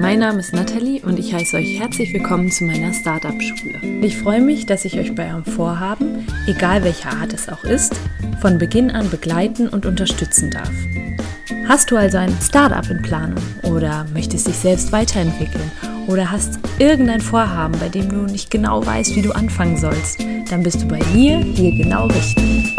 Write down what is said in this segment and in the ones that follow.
mein Name ist Nathalie und ich heiße euch herzlich willkommen zu meiner Startup-Schule. Ich freue mich, dass ich euch bei eurem Vorhaben, egal welcher Art es auch ist, von Beginn an begleiten und unterstützen darf. Hast du also ein Startup in Planung oder möchtest dich selbst weiterentwickeln oder hast irgendein Vorhaben, bei dem du nicht genau weißt, wie du anfangen sollst, dann bist du bei mir hier genau richtig.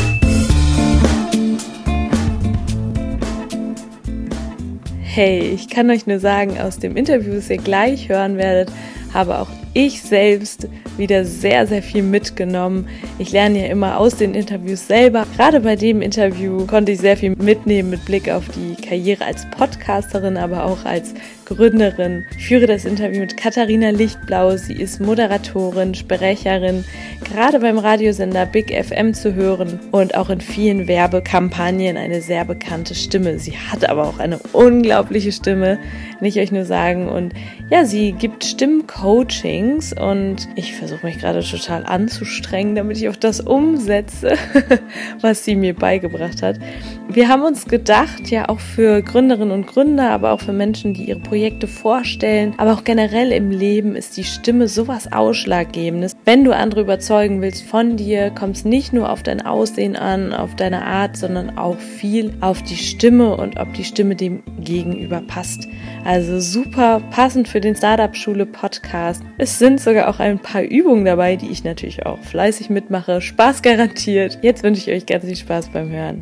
Hey, ich kann euch nur sagen, aus dem Interview, das ihr gleich hören werdet, habe auch ich selbst wieder sehr, sehr viel mitgenommen. Ich lerne ja immer aus den Interviews selber. Gerade bei dem Interview konnte ich sehr viel mitnehmen mit Blick auf die Karriere als Podcasterin, aber auch als Gründerin. Ich führe das Interview mit Katharina Lichtblau. Sie ist Moderatorin, Sprecherin, gerade beim Radiosender Big FM zu hören und auch in vielen Werbekampagnen eine sehr bekannte Stimme. Sie hat aber auch eine unglaubliche Stimme, kann ich euch nur sagen. Und ja, sie gibt Stimmcoachings und ich versuche mich gerade total anzustrengen, damit ich auch das umsetze, was sie mir beigebracht hat. Wir haben uns gedacht, ja auch für Gründerinnen und Gründer, aber auch für Menschen, die ihre Projekte vorstellen, aber auch generell im Leben ist die Stimme sowas Ausschlaggebendes. Wenn du andere überzeugen willst von dir, kommt es nicht nur auf dein Aussehen an, auf deine Art, sondern auch viel auf die Stimme und ob die Stimme dem Gegenüber passt. Also super passend für den Startup-Schule-Podcast. Es sind sogar auch ein paar Übungen dabei, die ich natürlich auch fleißig mitmache. Spaß garantiert. Jetzt wünsche ich euch ganz viel Spaß beim Hören.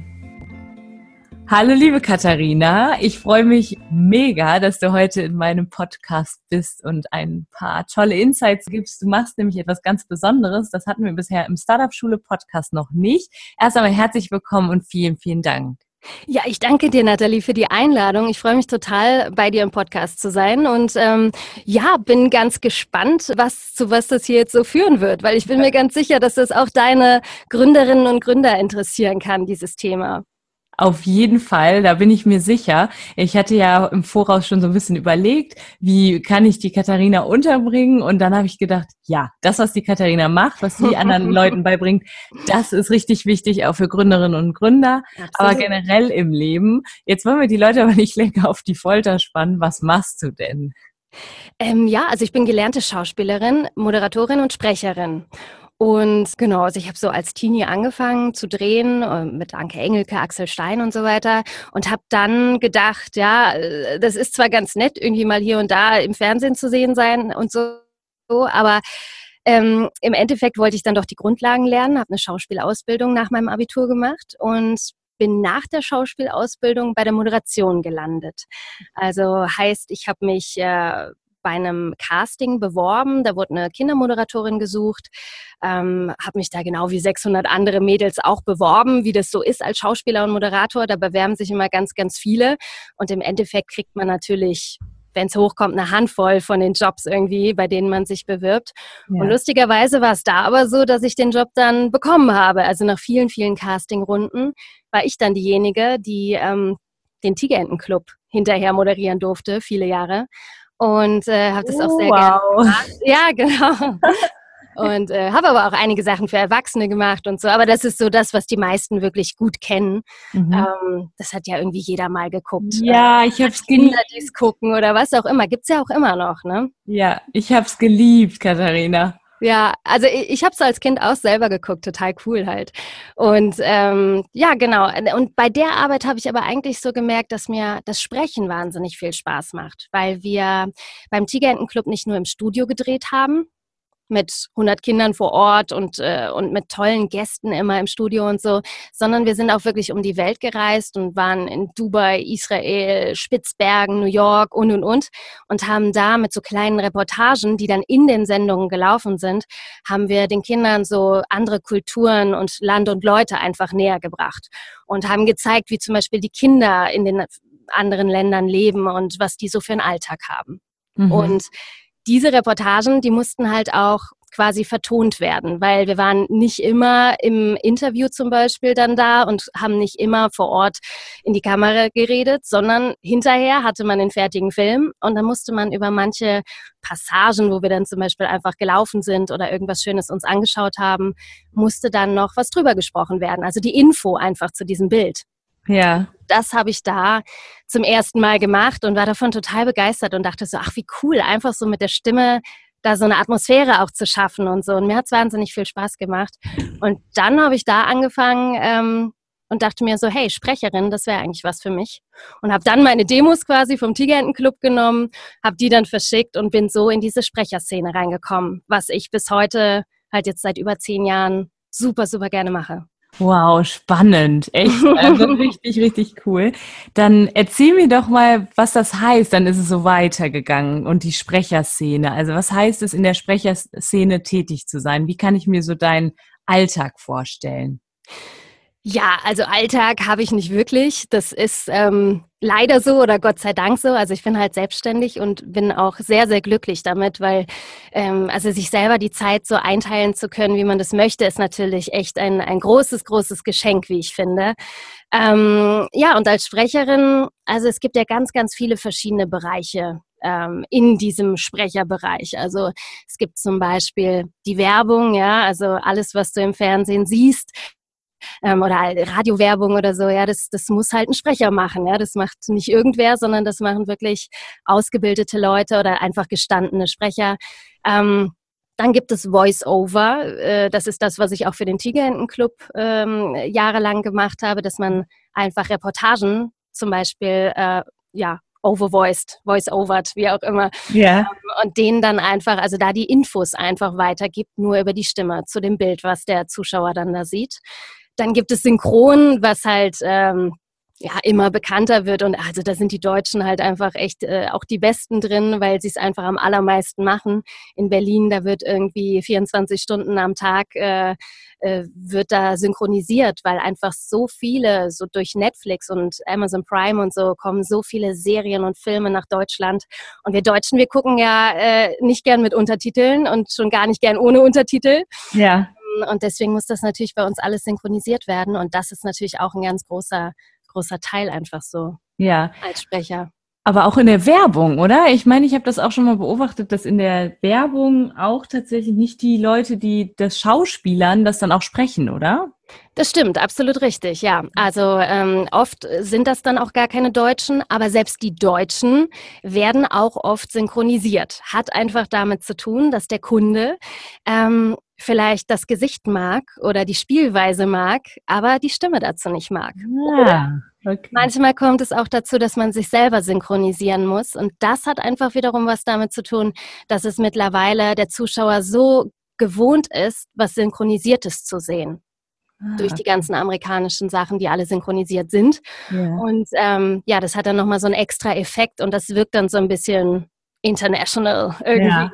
Hallo liebe Katharina, ich freue mich mega, dass du heute in meinem Podcast bist und ein paar tolle Insights gibst. Du machst nämlich etwas ganz Besonderes, das hatten wir bisher im Startup-Schule-Podcast noch nicht. Erst einmal herzlich willkommen und vielen, vielen Dank. Ja, ich danke dir, Nathalie, für die Einladung. Ich freue mich total, bei dir im Podcast zu sein und bin ganz gespannt, zu was das hier jetzt so führen wird, weil ich bin mir ganz sicher, dass das auch deine Gründerinnen und Gründer interessieren kann, dieses Thema. Auf jeden Fall, da bin ich mir sicher. Ich hatte ja im Voraus schon so ein bisschen überlegt, wie kann ich die Katharina unterbringen? Und dann habe ich gedacht, ja, das, was die Katharina macht, was sie anderen Leuten beibringt, das ist richtig wichtig, auch für Gründerinnen und Gründer, absolut. Aber generell im Leben. Jetzt wollen wir die Leute aber nicht länger auf die Folter spannen. Was machst du denn? Also ich bin gelernte Schauspielerin, Moderatorin und Sprecherin. Und genau, also ich habe so als Teenie angefangen zu drehen mit Anke Engelke, Axel Stein und so weiter und habe dann gedacht, ja, das ist zwar ganz nett, irgendwie mal hier und da im Fernsehen zu sehen sein und so, aber im Endeffekt wollte ich dann doch die Grundlagen lernen, habe eine Schauspielausbildung nach meinem Abitur gemacht und bin nach der Schauspielausbildung bei der Moderation gelandet. Also heißt, ich habe mich bei einem Casting beworben, da wurde eine Kindermoderatorin gesucht, habe mich da genau wie 600 andere Mädels auch beworben, wie das so ist als Schauspieler und Moderator, da bewerben sich immer ganz, ganz viele und im Endeffekt kriegt man natürlich, wenn es hochkommt, eine Handvoll von den Jobs irgendwie, bei denen man sich bewirbt. Ja. Und lustigerweise war es da aber so, dass ich den Job dann bekommen habe, also nach vielen, vielen Castingrunden war ich dann diejenige, die den Tigerentenclub hinterher moderieren durfte, viele Jahre. Und habe das auch sehr gerne gemacht. Ja, genau. Und habe aber auch einige Sachen für Erwachsene gemacht und so. Aber das ist so das, was die meisten wirklich gut kennen. Das hat ja irgendwie jeder mal geguckt. Ja, ich habe es geliebt. Kinder, die es gucken oder was auch immer. Gibt's ja auch immer noch, ne? Ja, ich habe es geliebt, Katharina. Ja, also ich habe es als Kind auch selber geguckt, total cool halt. Und genau. Und bei der Arbeit habe ich aber eigentlich so gemerkt, dass mir das Sprechen wahnsinnig viel Spaß macht, weil wir beim Tigerentenclub nicht nur im Studio gedreht haben, mit 100 Kindern vor Ort und mit tollen Gästen immer im Studio und so, sondern wir sind auch wirklich um die Welt gereist und waren in Dubai, Israel, Spitzbergen, New York und haben da mit so kleinen Reportagen, die dann in den Sendungen gelaufen sind, haben wir den Kindern so andere Kulturen und Land und Leute einfach näher gebracht und haben gezeigt, wie zum Beispiel die Kinder in den anderen Ländern leben und was die so für einen Alltag haben. Und diese Reportagen, die mussten halt auch quasi vertont werden, weil wir waren nicht immer im Interview zum Beispiel dann da und haben nicht immer vor Ort in die Kamera geredet, sondern hinterher hatte man den fertigen Film und dann musste man über manche Passagen, wo wir dann zum Beispiel einfach gelaufen sind oder irgendwas Schönes uns angeschaut haben, musste dann noch was drüber gesprochen werden. Also die Info einfach zu diesem Bild. Ja. Das habe ich da zum ersten Mal gemacht und war davon total begeistert und dachte so, ach wie cool, einfach so mit der Stimme da so eine Atmosphäre auch zu schaffen und so. Und mir hat es wahnsinnig viel Spaß gemacht. Und dann habe ich da angefangen und dachte mir so, hey, Sprecherin, das wäre eigentlich was für mich. Und habe dann meine Demos quasi vom Tigerentenclub genommen, habe die dann verschickt und bin so in diese Sprecherszene reingekommen, was ich bis heute halt jetzt seit über 10 Jahren super, super gerne mache. Wow, spannend. Echt, also richtig, richtig cool. Dann erzähl mir doch mal, was das heißt. Dann ist es so weitergegangen und die Sprecherszene. Also was heißt es, in der Sprecherszene tätig zu sein? Wie kann ich mir so deinen Alltag vorstellen? Ja, also Alltag habe ich nicht wirklich. Das ist leider so oder Gott sei Dank so. Also ich bin halt selbstständig und bin auch sehr, sehr glücklich damit, weil also sich selber die Zeit so einteilen zu können, wie man das möchte, ist natürlich echt ein großes, großes Geschenk, wie ich finde. Ja, und als Sprecherin, also es gibt ja ganz, ganz viele verschiedene Bereiche in diesem Sprecherbereich. Also es gibt zum Beispiel die Werbung, ja, also alles, was du im Fernsehen siehst, oder Radiowerbung oder so, ja, das muss halt ein Sprecher machen, ja, das macht nicht irgendwer, sondern das machen wirklich ausgebildete Leute oder einfach gestandene Sprecher. Dann gibt es Voice-Over, das ist das, was ich auch für den Tigerentenclub jahrelang gemacht habe, dass man einfach Reportagen zum Beispiel, ja, overvoiced, voice-overt, wie auch immer. Ja. Und denen dann einfach, also da die Infos einfach weitergibt, nur über die Stimme zu dem Bild, was der Zuschauer dann da sieht. Dann gibt es Synchron, was halt ja immer bekannter wird. Und also da sind die Deutschen halt einfach echt auch die Besten drin, weil sie es einfach am allermeisten machen. In Berlin, da wird irgendwie 24 Stunden am Tag wird da synchronisiert, weil einfach so viele, so durch Netflix und Amazon Prime und so, kommen so viele Serien und Filme nach Deutschland. Und wir Deutschen, wir gucken ja nicht gern mit Untertiteln und schon gar nicht gern ohne Untertitel. Ja. Und deswegen muss das natürlich bei uns alles synchronisiert werden. Und das ist natürlich auch ein ganz großer Teil einfach so Ja. als Sprecher. Aber auch in der Werbung, oder? Ich meine, ich habe das auch schon mal beobachtet, dass in der Werbung auch tatsächlich nicht die Leute, die das Schauspielern, das dann auch sprechen, oder? Das stimmt, absolut richtig, ja. Also oft sind das dann auch gar keine Deutschen, aber selbst die Deutschen werden auch oft synchronisiert. Hat einfach damit zu tun, dass der Kunde vielleicht das Gesicht mag oder die Spielweise mag, aber die Stimme dazu nicht mag. Ah, okay. Manchmal kommt es auch dazu, dass man sich selber synchronisieren muss. Und das hat einfach wiederum was damit zu tun, dass es mittlerweile der Zuschauer so gewohnt ist, was Synchronisiertes zu sehen. Durch die ganzen amerikanischen Sachen, die alle synchronisiert sind. Ja. Und ja, das hat dann nochmal so einen extra Effekt und das wirkt dann so ein bisschen international irgendwie. Ja.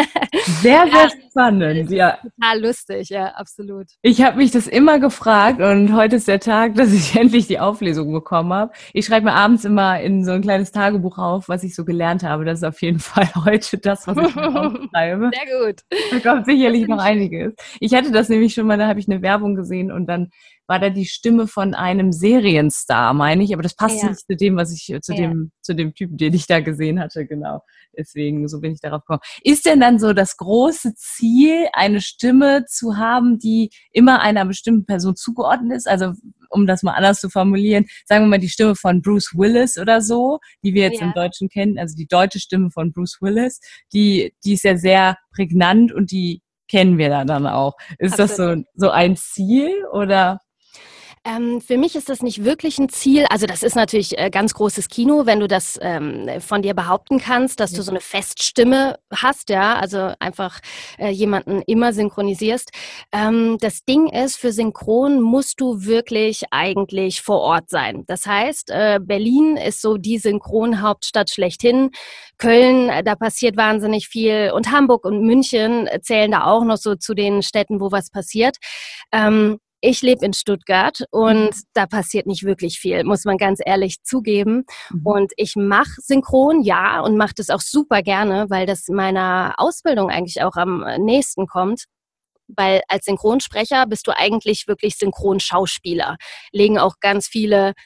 Sehr, sehr spannend, ja. Total lustig, ja, absolut. Ich habe mich das immer gefragt und heute ist der Tag, dass ich endlich die Auflesung bekommen habe. Ich schreibe mir abends immer in so ein kleines Tagebuch auf, was ich so gelernt habe. Das ist auf jeden Fall heute das, was ich mir aufschreibe. Sehr gut. Da kommt sicherlich noch einiges. Ich hatte das nämlich schon mal, da habe ich eine Werbung gesehen und dann war da die Stimme von einem Serienstar, meine ich, aber das passt nicht zu dem, was ich, zu dem Typen, den ich da gesehen hatte, genau. Deswegen, so bin ich darauf gekommen. Ist denn dann so das große Ziel, eine Stimme zu haben, die immer einer bestimmten Person zugeordnet ist? Also, um das mal anders zu formulieren, sagen wir mal die Stimme von Bruce Willis oder so, die wir jetzt im Deutschen kennen, also die deutsche Stimme von Bruce Willis, die ist ja sehr prägnant und die kennen wir dann auch. Ist Absolut. Das so ein Ziel oder? Für mich ist das nicht wirklich ein Ziel. Also das ist natürlich ganz großes Kino, wenn du das von dir behaupten kannst, dass du so eine Feststimme hast, ja, also einfach jemanden immer synchronisierst. Das Ding ist, für Synchron musst du wirklich eigentlich vor Ort sein. Das heißt, Berlin ist so die Synchronhauptstadt schlechthin. Köln, da passiert wahnsinnig viel und Hamburg und München zählen da auch noch so zu den Städten, wo was passiert. Ich lebe in Stuttgart und da passiert nicht wirklich viel, muss man ganz ehrlich zugeben. Und ich mache Synchron, ja, und mache das auch super gerne, weil das meiner Ausbildung eigentlich auch am nächsten kommt. Weil als Synchronsprecher bist du eigentlich wirklich Synchronschauspieler. Legen auch ganz viele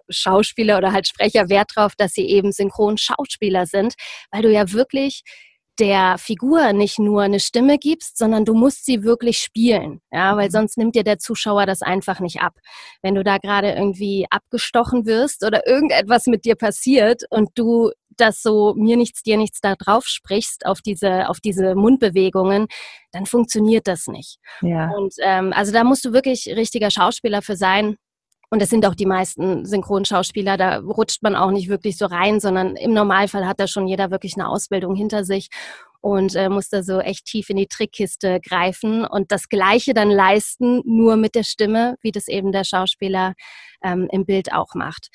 Synchronschauspieler oder halt Sprecher Wert drauf, dass sie eben Synchronschauspieler sind, weil du ja wirklich der Figur nicht nur eine Stimme gibst, sondern du musst sie wirklich spielen, ja, weil sonst nimmt dir der Zuschauer das einfach nicht ab. Wenn du da gerade irgendwie abgestochen wirst oder irgendetwas mit dir passiert und du das so mir nichts, dir nichts da drauf sprichst auf diese Mundbewegungen, dann funktioniert das nicht. Ja. Und also da musst du wirklich richtiger Schauspieler für sein. Und das sind auch die meisten Synchronschauspieler, da rutscht man auch nicht wirklich so rein, sondern im Normalfall hat da schon jeder wirklich eine Ausbildung hinter sich und muss da so echt tief in die Trickkiste greifen und das Gleiche dann leisten, nur mit der Stimme, wie das eben der Schauspieler im Bild auch macht.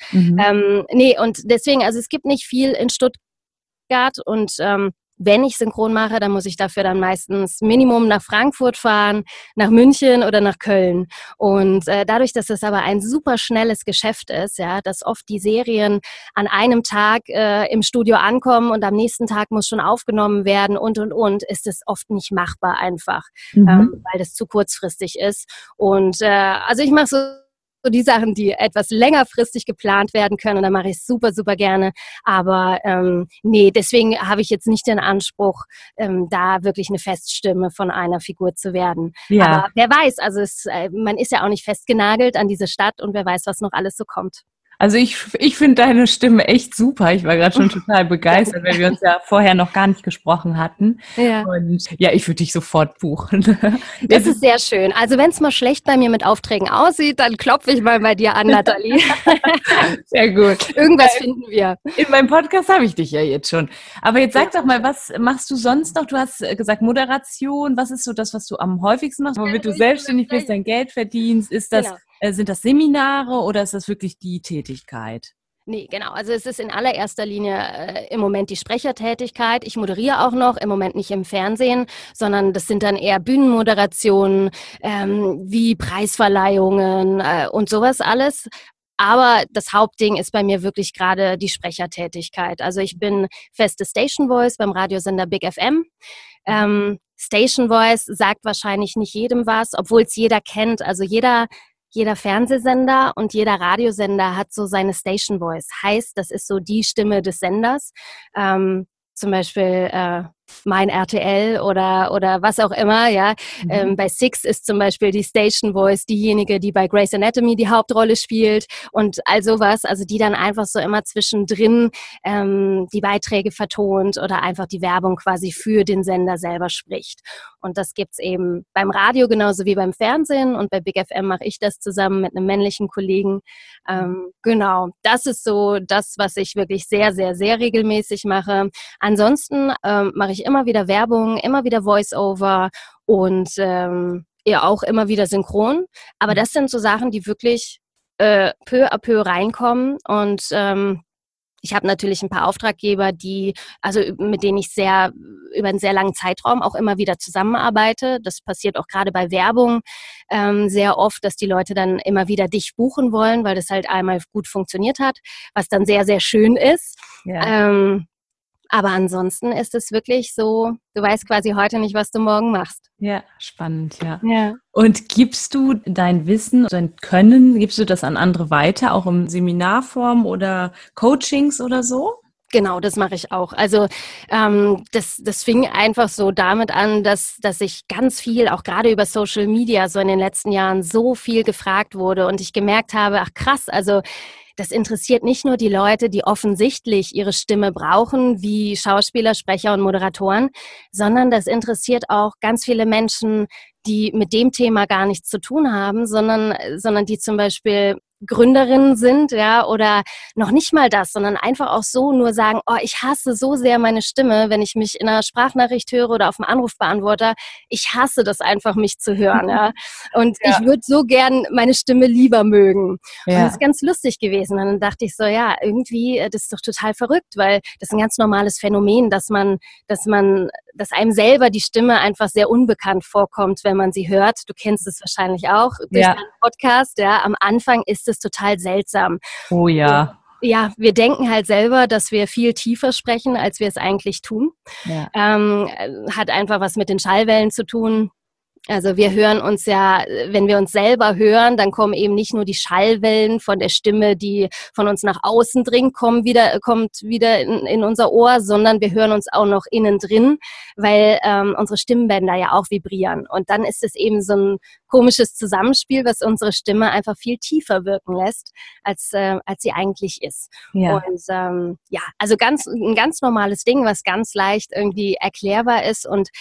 Nee, und deswegen, also es gibt nicht viel in Stuttgart und wenn ich synchron mache, dann muss ich dafür dann meistens Minimum nach Frankfurt fahren, nach München oder nach Köln. Und dadurch, dass es aber ein super schnelles Geschäft ist, ja, dass oft die Serien an einem Tag im Studio ankommen und am nächsten Tag muss schon aufgenommen werden und, ist es oft nicht machbar einfach, weil das zu kurzfristig ist. Und also ich mache so die Sachen, die etwas längerfristig geplant werden können und dann mache ich es super, super gerne. Aber nee, deswegen habe ich jetzt nicht den Anspruch, da wirklich eine Feststimme von einer Figur zu werden. Ja. Aber wer weiß, also man ist ja auch nicht festgenagelt an diese Stadt und wer weiß, was noch alles so kommt. Also ich finde deine Stimme echt super. Ich war gerade schon total begeistert, weil wir uns ja vorher noch gar nicht gesprochen hatten. Ja. Und ja, ich würde dich sofort buchen. Das ist sehr schön. Also wenn es mal schlecht bei mir mit Aufträgen aussieht, dann klopfe ich mal bei dir an, Nathalie. Sehr gut. Irgendwas finden wir. In meinem Podcast habe ich dich ja jetzt schon. Aber jetzt sag doch mal, was machst du sonst noch? Du hast gesagt Moderation. Was ist so das, was du am häufigsten machst, womit du selbstständig bist, dein Geld verdienst? Ist das, sind das Seminare oder ist das wirklich die Tätigkeit? Nee, genau. Also es ist in allererster Linie im Moment die Sprechertätigkeit. Ich moderiere auch noch, im Moment nicht im Fernsehen, sondern das sind dann eher Bühnenmoderationen, wie Preisverleihungen und sowas alles. Aber das Hauptding ist bei mir wirklich gerade die Sprechertätigkeit. Also ich bin feste Station Voice beim Radiosender Big FM. Station Voice sagt wahrscheinlich nicht jedem was, obwohl es jeder kennt. Also jeder Fernsehsender und jeder Radiosender hat so seine Station Voice. Heißt, das ist so die Stimme des Senders. Zum Beispiel mein RTL oder was auch immer, ja. Bei Six ist zum Beispiel die Station Voice diejenige, die bei Grey's Anatomy die Hauptrolle spielt und all sowas, also die dann einfach so immer zwischendrin die Beiträge vertont oder einfach die Werbung quasi für den Sender selber spricht. Und das gibt's eben beim Radio genauso wie beim Fernsehen und bei Big FM mache ich das zusammen mit einem männlichen Kollegen. Genau, das ist so das, was ich wirklich sehr, sehr, sehr regelmäßig mache. Ansonsten mache ich immer wieder Werbung, immer wieder Voice-Over und ja auch immer wieder Synchron. Aber das sind so Sachen, die wirklich peu à peu reinkommen und ich habe natürlich ein paar Auftraggeber, mit denen ich über einen sehr langen Zeitraum auch immer wieder zusammenarbeite. Das passiert auch gerade bei Werbung sehr oft, dass die Leute dann immer wieder dich buchen wollen, weil das halt einmal gut funktioniert hat, was dann sehr, sehr schön ist. Ja. Aber ansonsten ist es wirklich so, du weißt quasi heute nicht, was du morgen machst. Ja, spannend, ja. Und gibst du dein Wissen, dein Können, gibst du das an andere weiter, auch in Seminarform oder Coachings oder so? Genau, das mache ich auch. Also das fing einfach so damit an, dass ich ganz viel, auch gerade über Social Media, so in den letzten Jahren so viel gefragt wurde und ich gemerkt habe, ach krass, also das interessiert nicht nur die Leute, die offensichtlich ihre Stimme brauchen, wie Schauspieler, Sprecher und Moderatoren, sondern das interessiert auch ganz viele Menschen, die mit dem Thema gar nichts zu tun haben, sondern die zum Beispiel Gründerinnen sind, ja, oder noch nicht mal das, sondern einfach auch so nur sagen, oh, ich hasse so sehr meine Stimme, wenn ich mich in einer Sprachnachricht höre oder auf dem Anrufbeantworter. Ich hasse das einfach, mich zu hören, ja. Und ich würde so gern meine Stimme lieber mögen. Ja. Und das ist ganz lustig gewesen. Und dann dachte ich so, ja, irgendwie, das ist doch total verrückt, weil das ist ein ganz normales Phänomen, dass einem selber die Stimme einfach sehr unbekannt vorkommt, wenn man sie hört. Du kennst es wahrscheinlich auch durch deinen Podcast, ja. Am Anfang ist es total seltsam. Oh ja. Ja, wir denken halt selber, dass wir viel tiefer sprechen, als wir es eigentlich tun. Ja. Hat einfach was mit den Schallwellen zu tun. Also wir hören uns ja, wenn wir uns selber hören, dann kommen eben nicht nur die Schallwellen von der Stimme, die von uns nach außen dringt, kommt wieder in unser Ohr, sondern wir hören uns auch noch innen drin, weil unsere Stimmbänder ja auch vibrieren. Und dann ist es eben so ein komisches Zusammenspiel, was unsere Stimme einfach viel tiefer wirken lässt, als sie eigentlich ist. Ja. Und also ein ganz normales Ding, was ganz leicht irgendwie erklärbar ist und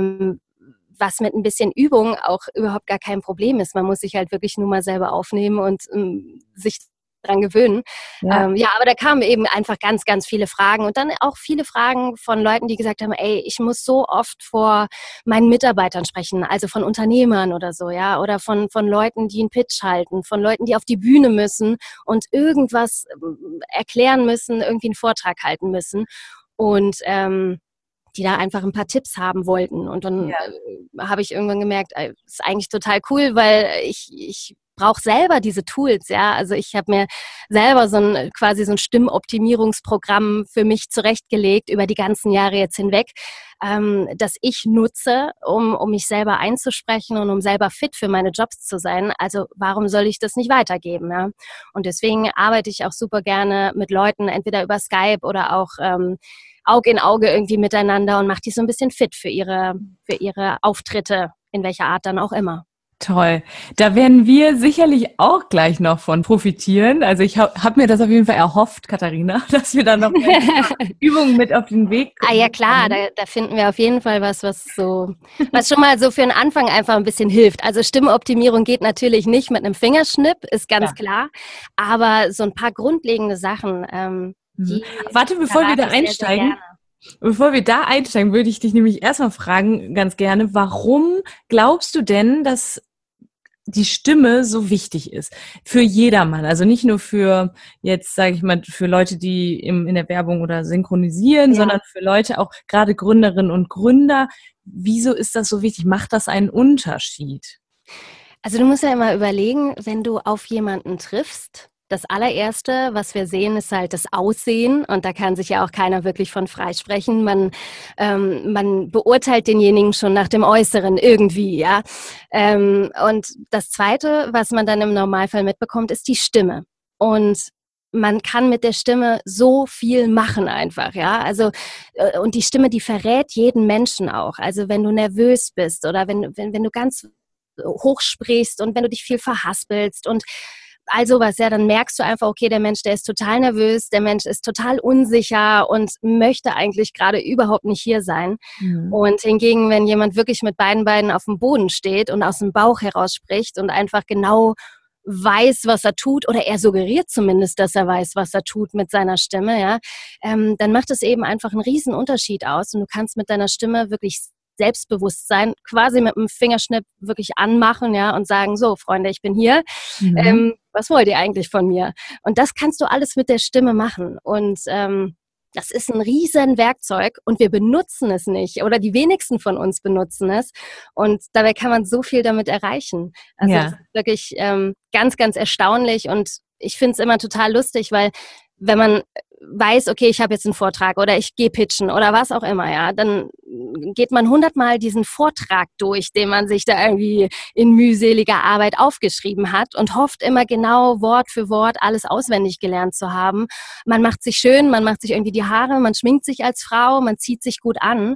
was mit ein bisschen Übung auch überhaupt gar kein Problem ist. Man muss sich halt wirklich nur mal selber aufnehmen und sich dran gewöhnen. Ja. Aber da kamen eben einfach ganz, ganz viele Fragen und dann auch viele Fragen von Leuten, die gesagt haben, ey, ich muss so oft vor meinen Mitarbeitern sprechen, also von Unternehmern oder so, ja, oder von Leuten, die einen Pitch halten, von Leuten, die auf die Bühne müssen und irgendwas erklären müssen, irgendwie einen Vortrag halten müssen und die da einfach ein paar Tipps haben wollten. Und dann habe ich irgendwann gemerkt, ist eigentlich total cool, weil ich brauche selber diese Tools, ja. Also ich habe mir selber quasi so ein Stimmoptimierungsprogramm für mich zurechtgelegt über die ganzen Jahre jetzt hinweg, das ich nutze, um mich selber einzusprechen und um selber fit für meine Jobs zu sein. Also warum soll ich das nicht weitergeben, ja? Und deswegen arbeite ich auch super gerne mit Leuten, entweder über Skype oder auch Auge in Auge irgendwie miteinander und macht die so ein bisschen fit für ihre Auftritte, in welcher Art dann auch immer. Toll. Da werden wir sicherlich auch gleich noch von profitieren. Also ich hab mir das auf jeden Fall erhofft, Katharina, dass wir da noch Übungen mit auf den Weg kommen. Ja klar, da finden wir auf jeden Fall was schon mal so für den Anfang einfach ein bisschen hilft. Also Stimmoptimierung geht natürlich nicht mit einem Fingerschnipp, ist ganz klar. Aber so ein paar grundlegende Sachen, Warte, bevor wir da einsteigen. Bevor wir da einsteigen, würde ich dich nämlich erstmal fragen, ganz gerne, warum glaubst du denn, dass die Stimme so wichtig ist? Für jedermann, also nicht nur für jetzt, sage ich mal, für Leute, die in der Werbung oder synchronisieren, sondern für Leute, auch gerade Gründerinnen und Gründer. Wieso ist das so wichtig? Macht das einen Unterschied? Also du musst ja immer überlegen, wenn du auf jemanden triffst, das allererste, was wir sehen, ist halt das Aussehen und da kann sich ja auch keiner wirklich von freisprechen. Man beurteilt denjenigen schon nach dem Äußeren irgendwie, ja. Und das Zweite, was man dann im Normalfall mitbekommt, ist die Stimme. Und man kann mit der Stimme so viel machen einfach, ja. Also und die Stimme, die verrät jeden Menschen auch. Also wenn du nervös bist oder wenn du ganz hoch sprichst und wenn du dich viel verhaspelst und all sowas, ja, dann merkst du einfach, okay, der Mensch, der ist total nervös, der Mensch ist total unsicher und möchte eigentlich gerade überhaupt nicht hier sein. Mhm. Und hingegen, wenn jemand wirklich mit beiden Beinen auf dem Boden steht und aus dem Bauch heraus spricht und einfach genau weiß, was er tut, oder er suggeriert zumindest, dass er weiß, was er tut mit seiner Stimme, ja, dann macht es eben einfach einen riesen Unterschied aus und du kannst mit deiner Stimme wirklich Selbstbewusstsein quasi mit einem Fingerschnipp wirklich anmachen, ja, und sagen, so, Freunde, ich bin hier. Mhm. Was wollt ihr eigentlich von mir? Und das kannst du alles mit der Stimme machen. Und das ist ein riesen Werkzeug und wir benutzen es nicht oder die wenigsten von uns benutzen es. Und dabei kann man so viel damit erreichen. Also das ist wirklich ganz, ganz erstaunlich und ich finde es immer total lustig, weil wenn man weiß, okay, ich habe jetzt einen Vortrag oder ich gehe pitchen oder was auch immer, ja, dann geht man 100-mal diesen Vortrag durch, den man sich da irgendwie in mühseliger Arbeit aufgeschrieben hat und hofft immer genau Wort für Wort alles auswendig gelernt zu haben. Man macht sich schön, man macht sich irgendwie die Haare, man schminkt sich als Frau, man zieht sich gut an.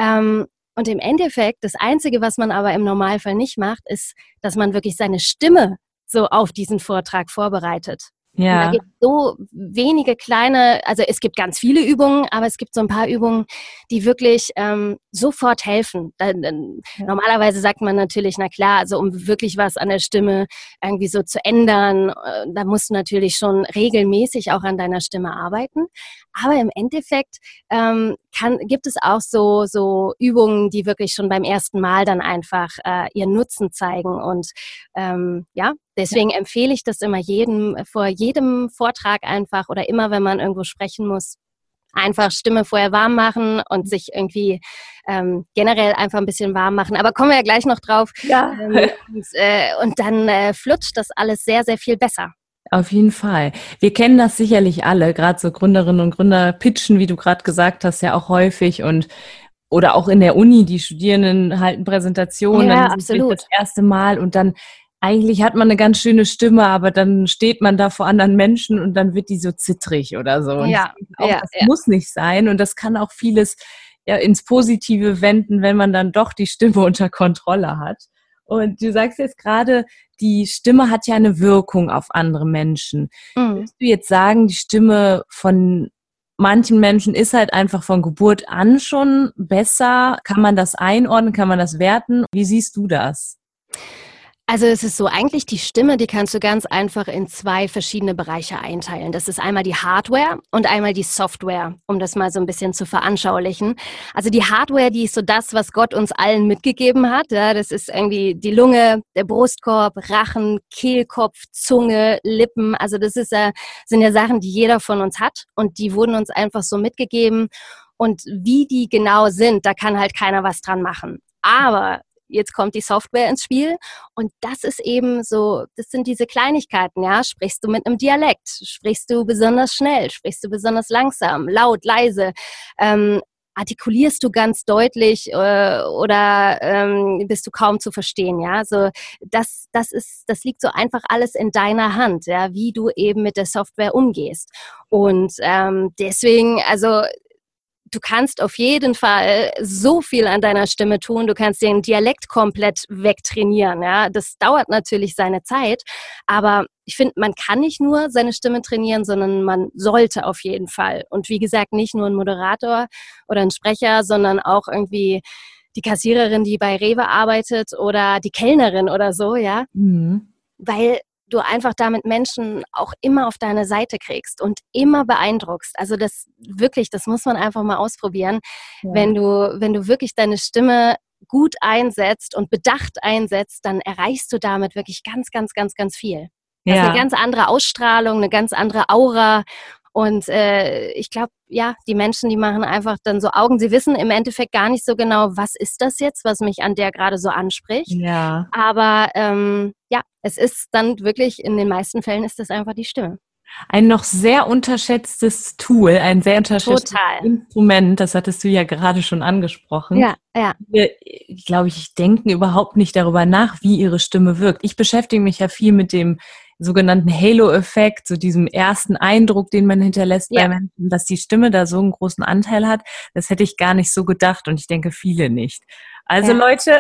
Und im Endeffekt, das Einzige, was man aber im Normalfall nicht macht, ist, dass man wirklich seine Stimme so auf diesen Vortrag vorbereitet. Ja. Da gibt es so wenige kleine, also es gibt ganz viele Übungen, aber es gibt so ein paar Übungen, die wirklich sofort helfen. Normalerweise sagt man natürlich, na klar, also um wirklich was an der Stimme irgendwie so zu ändern, da musst du natürlich schon regelmäßig auch an deiner Stimme arbeiten. Aber im Endeffekt gibt es auch so Übungen, die wirklich schon beim ersten Mal dann einfach ihren Nutzen zeigen. Und deswegen empfehle ich das immer vor jedem Vortrag einfach oder immer, wenn man irgendwo sprechen muss, einfach Stimme vorher warm machen und sich irgendwie generell einfach ein bisschen warm machen. Aber kommen wir ja gleich noch drauf. Ja. Und dann flutscht das alles sehr, sehr viel besser. Auf jeden Fall. Wir kennen das sicherlich alle, gerade so Gründerinnen und Gründer pitchen, wie du gerade gesagt hast, ja auch häufig und oder auch in der Uni, die Studierenden halten Präsentationen, Ja, dann ist es absolut. das erste Mal und dann eigentlich hat man eine ganz schöne Stimme, aber dann steht man da vor anderen Menschen und dann wird die so zittrig oder so. Und ich Ja, denke auch, ja, das ja. muss nicht sein und das kann auch vieles ja ins Positive wenden, wenn man dann doch die Stimme unter Kontrolle hat. Und du sagst jetzt gerade, die Stimme hat ja eine Wirkung auf andere Menschen. Mhm. Würdest du jetzt sagen, die Stimme von manchen Menschen ist halt einfach von Geburt an schon besser? Kann man das einordnen? Kann man das werten? Wie siehst du das? Also es ist so, eigentlich die Stimme, die kannst du ganz einfach in zwei verschiedene Bereiche einteilen. Das ist einmal die Hardware und einmal die Software, um das mal so ein bisschen zu veranschaulichen. Also die Hardware, die ist so das, was Gott uns allen mitgegeben hat. Ja, das ist irgendwie die Lunge, der Brustkorb, Rachen, Kehlkopf, Zunge, Lippen. Also das sind ja Sachen, die jeder von uns hat und die wurden uns einfach so mitgegeben. Und wie die genau sind, da kann halt keiner was dran machen. Aber jetzt kommt die Software ins Spiel und das ist eben so, das sind diese Kleinigkeiten, ja. Sprichst du mit einem Dialekt? Sprichst du besonders schnell? Sprichst du besonders langsam? Laut, leise? Artikulierst du ganz deutlich oder bist du kaum zu verstehen, ja? So, das liegt so einfach alles in deiner Hand, ja, wie du eben mit der Software umgehst. Und deswegen, also du kannst auf jeden Fall so viel an deiner Stimme tun. Du kannst den Dialekt komplett wegtrainieren. Ja? Das dauert natürlich seine Zeit, aber ich finde, man kann nicht nur seine Stimme trainieren, sondern man sollte auf jeden Fall. Und wie gesagt, nicht nur ein Moderator oder ein Sprecher, sondern auch irgendwie die Kassiererin, die bei Rewe arbeitet oder die Kellnerin oder so, ja. Mhm. Weil du einfach damit Menschen auch immer auf deine Seite kriegst und immer beeindruckst. Also das wirklich, das muss man einfach mal ausprobieren. Ja. Wenn du wirklich deine Stimme gut einsetzt und bedacht einsetzt, dann erreichst du damit wirklich ganz, ganz, ganz, ganz viel. Das ist eine Ja. ganz andere Ausstrahlung, eine ganz andere Aura. Und ich glaube, ja, die Menschen, die machen einfach dann so Augen. Sie wissen im Endeffekt gar nicht so genau, was ist das jetzt, was mich an der gerade so anspricht. Ja. Aber ja, es ist dann wirklich, in den meisten Fällen ist das einfach die Stimme. Ein noch sehr unterschätztes Tool, ein sehr unterschätztes Total. Instrument, das hattest du ja gerade schon angesprochen. Ja, ja. Wir, glaube ich, denken überhaupt nicht darüber nach, wie ihre Stimme wirkt. Ich beschäftige mich ja viel mit dem sogenannten Halo-Effekt, so diesem ersten Eindruck, den man hinterlässt bei Ja. Menschen, dass die Stimme da so einen großen Anteil hat. Das hätte ich gar nicht so gedacht und ich denke, viele nicht. Also Ja. Leute,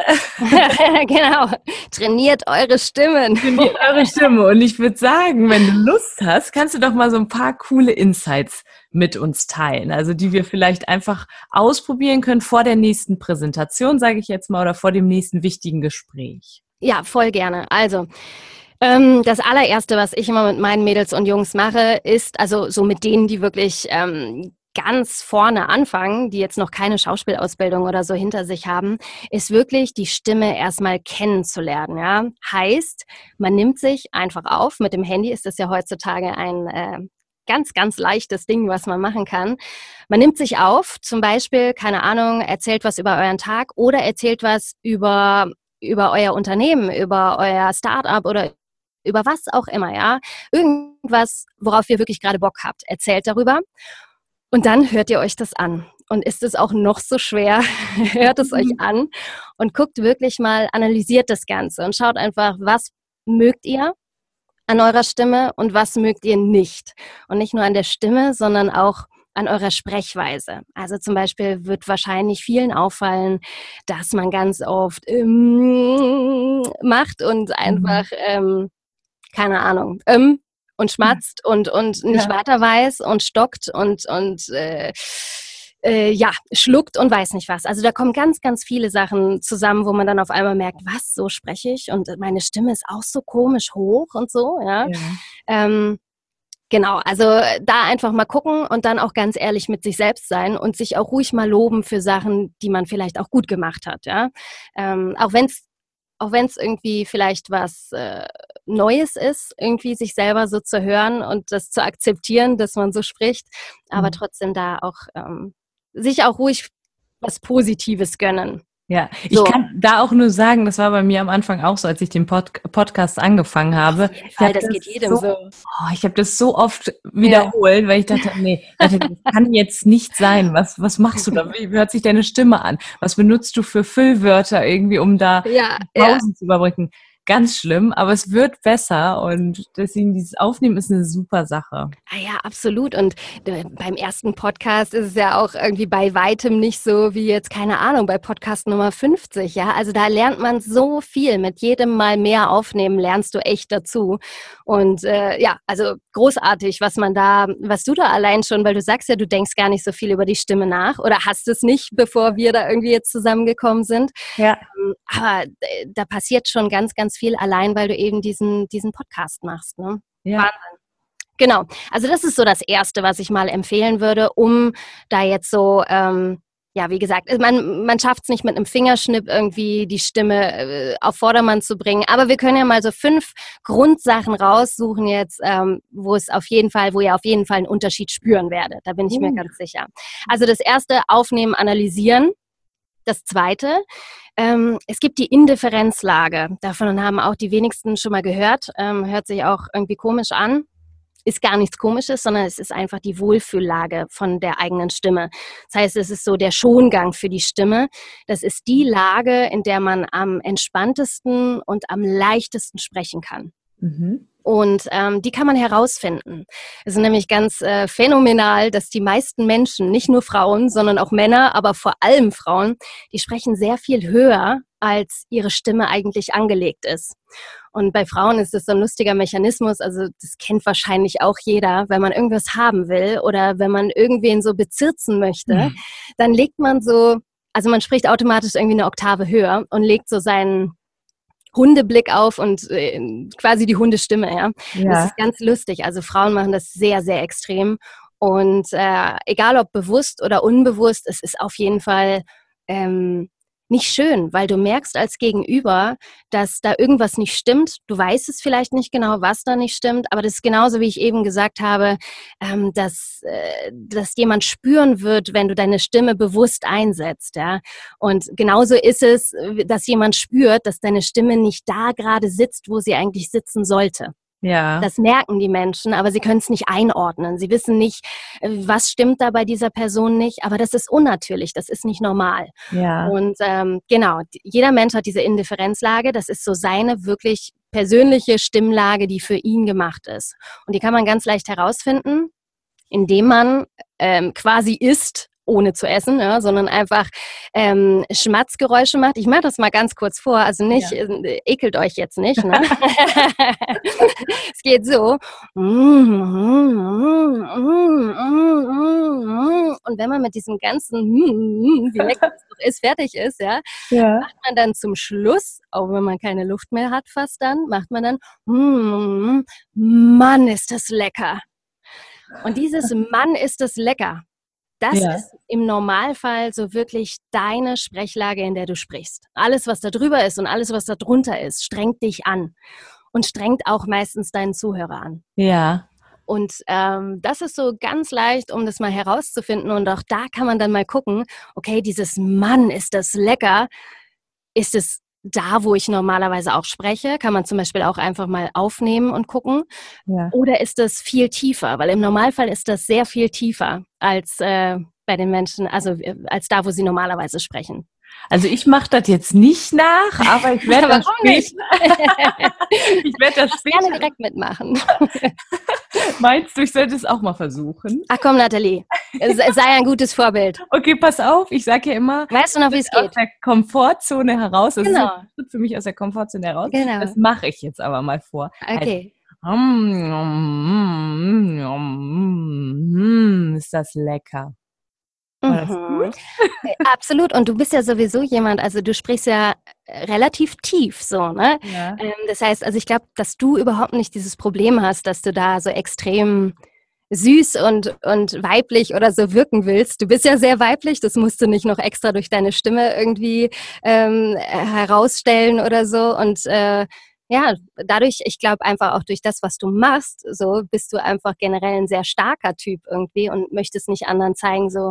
Genau. Trainiert eure Stimmen. trainiert eure Stimme. Und ich würde sagen, wenn du Lust hast, kannst du doch mal so ein paar coole Insights mit uns teilen. Also die wir vielleicht einfach ausprobieren können vor der nächsten Präsentation, sage ich jetzt mal, oder vor dem nächsten wichtigen Gespräch. Ja, voll gerne. Also, das allererste, was ich immer mit meinen Mädels und Jungs mache, ist, also so mit denen, die wirklich ganz vorne anfangen, die jetzt noch keine Schauspielausbildung oder so hinter sich haben, ist wirklich die Stimme erstmal kennenzulernen. Ja? Heißt, man nimmt sich einfach auf, mit dem Handy ist das ja heutzutage ein ganz, ganz leichtes Ding, was man machen kann. Man nimmt sich auf, zum Beispiel, keine Ahnung, erzählt was über euren Tag oder erzählt was über euer Unternehmen, über euer Startup oder über was auch immer, ja. Irgendwas, worauf ihr wirklich gerade Bock habt. Erzählt darüber und dann hört ihr euch das an. Und ist es auch noch so schwer, hört es euch an und guckt wirklich mal, analysiert das Ganze und schaut einfach, was mögt ihr an eurer Stimme und was mögt ihr nicht. Und nicht nur an der Stimme, sondern auch an eurer Sprechweise. Also zum Beispiel wird wahrscheinlich vielen auffallen, dass man ganz oft macht und einfach, keine Ahnung, und schmatzt und nicht weiter weiß und stockt und ja, schluckt und weiß nicht was. Also da kommen ganz, ganz viele Sachen zusammen, wo man dann auf einmal merkt, was, so spreche ich und meine Stimme ist auch so komisch hoch und so, ja. Genau, also da einfach mal gucken und dann auch ganz ehrlich mit sich selbst sein und sich auch ruhig mal loben für Sachen, die man vielleicht auch gut gemacht hat, ja. Auch wenn's irgendwie vielleicht was Neues ist, irgendwie sich selber so zu hören und das zu akzeptieren, dass man so spricht, aber trotzdem da auch sich auch ruhig was Positives gönnen. Ja, So. ich kann da auch nur sagen, das war bei mir am Anfang auch so, als ich den Podcast angefangen habe. Auf jeden Fall, das geht jedem so. Ich habe das so oft wiederholt, weil ich dachte, nee, das kann jetzt nicht sein. Was machst du da? Wie hört sich deine Stimme an? Was benutzt du für Füllwörter irgendwie, um da Pausen zu überbrücken? Ganz schlimm, aber es wird besser und deswegen dieses Aufnehmen ist eine super Sache. Ah ja, absolut. Und beim ersten Podcast ist es ja auch irgendwie bei weitem nicht so wie jetzt, keine Ahnung, bei Podcast Nummer 50, ja. Also da lernt man so viel. Mit jedem Mal mehr aufnehmen lernst du echt dazu. Und also großartig, was du da allein schon, weil du sagst ja, du denkst gar nicht so viel über die Stimme nach oder hast es nicht, bevor wir da irgendwie jetzt zusammengekommen sind. Ja. Aber da passiert schon ganz, ganz viel allein, weil du eben diesen Podcast machst, ne? Ja. Wahnsinn. Genau. Also das ist so das Erste, was ich mal empfehlen würde, um da jetzt so, wie gesagt, man schafft es nicht mit einem Fingerschnipp irgendwie die Stimme auf Vordermann zu bringen. Aber wir können ja mal so 5 Grundsachen raussuchen jetzt, wo ihr auf jeden Fall einen Unterschied spüren werdet. Da bin ich mir ganz sicher. Also das Erste, aufnehmen, analysieren. Das Zweite, es gibt die Indifferenzlage. Davon haben auch die wenigsten schon mal gehört. Hört sich auch irgendwie komisch an. Ist gar nichts Komisches, sondern es ist einfach die Wohlfühllage von der eigenen Stimme. Das heißt, es ist so der Schongang für die Stimme. Das ist die Lage, in der man am entspanntesten und am leichtesten sprechen kann. Mhm. Und die kann man herausfinden. Es ist nämlich ganz phänomenal, dass die meisten Menschen, nicht nur Frauen, sondern auch Männer, aber vor allem Frauen, die sprechen sehr viel höher, als ihre Stimme eigentlich angelegt ist. Und bei Frauen ist das so ein lustiger Mechanismus, also das kennt wahrscheinlich auch jeder, wenn man irgendwas haben will oder wenn man irgendwen so bezirzen möchte, dann legt man also man spricht automatisch irgendwie eine Oktave höher und legt so seinen Hundeblick auf und quasi die Hundestimme, ja. Das ist ganz lustig. Also Frauen machen das sehr, sehr extrem. Und egal ob bewusst oder unbewusst, es ist auf jeden Fall nicht schön, weil du merkst als Gegenüber, dass da irgendwas nicht stimmt. Du weißt es vielleicht nicht genau, was da nicht stimmt, aber das ist genauso, wie ich eben gesagt habe, dass jemand spüren wird, wenn du deine Stimme bewusst einsetzt. Ja? Und genauso ist es, dass jemand spürt, dass deine Stimme nicht da gerade sitzt, wo sie eigentlich sitzen sollte. Ja. Das merken die Menschen, aber sie können es nicht einordnen. Sie wissen nicht, was stimmt da bei dieser Person nicht, aber das ist unnatürlich, das ist nicht normal. Ja. Und genau, jeder Mensch hat diese Indifferenzlage, das ist so seine wirklich persönliche Stimmlage, die für ihn gemacht ist. Und die kann man ganz leicht herausfinden, indem man quasi isst, ohne zu essen, ja, sondern einfach Schmatzgeräusche macht. Ich mache das mal ganz kurz vor, also nicht, ekelt euch jetzt nicht. Ne? Es geht so. Und wenn man mit diesem ganzen, wie lecker es doch ist, fertig ist, macht man dann zum Schluss, auch wenn man keine Luft mehr hat fast dann, macht man dann, Mann, ist das lecker. Und dieses Mann, ist das lecker, das ist im Normalfall so wirklich deine Sprechlage, in der du sprichst. Alles, was da drüber ist und alles, was da drunter ist, strengt dich an und strengt auch meistens deinen Zuhörer an. Ja. Und das ist so ganz leicht, um das mal herauszufinden. Und auch da kann man dann mal gucken, okay, dieses Mann, ist das lecker, ist es da, wo ich normalerweise auch spreche, kann man zum Beispiel auch einfach mal aufnehmen und gucken. Ja. Oder ist das viel tiefer? Weil im Normalfall ist das sehr viel tiefer als bei den Menschen, also als da, wo sie normalerweise sprechen. Also ich mache das jetzt nicht nach, aber ich werde das später. Ich werde das später gerne direkt mitmachen. Meinst du, ich sollte es auch mal versuchen? Ach komm, Nathalie, sei ein gutes Vorbild. Okay, pass auf, ich sage ja immer, weißt du noch, wie es geht? Aus der Komfortzone heraus. Das genau. ist für mich aus der Komfortzone heraus. Genau. Das mache ich jetzt aber mal vor. Okay. Ist das lecker. War das gut? Absolut. Und du bist ja sowieso jemand, also du sprichst ja relativ tief so, ne? Ja. Das heißt, also ich glaube, dass du überhaupt nicht dieses Problem hast, dass du da so extrem süß und weiblich oder so wirken willst. Du bist ja sehr weiblich, das musst du nicht noch extra durch deine Stimme irgendwie herausstellen oder so. Und dadurch, ich glaube einfach auch durch das, was du machst, so bist du einfach generell ein sehr starker Typ irgendwie und möchtest nicht anderen zeigen, so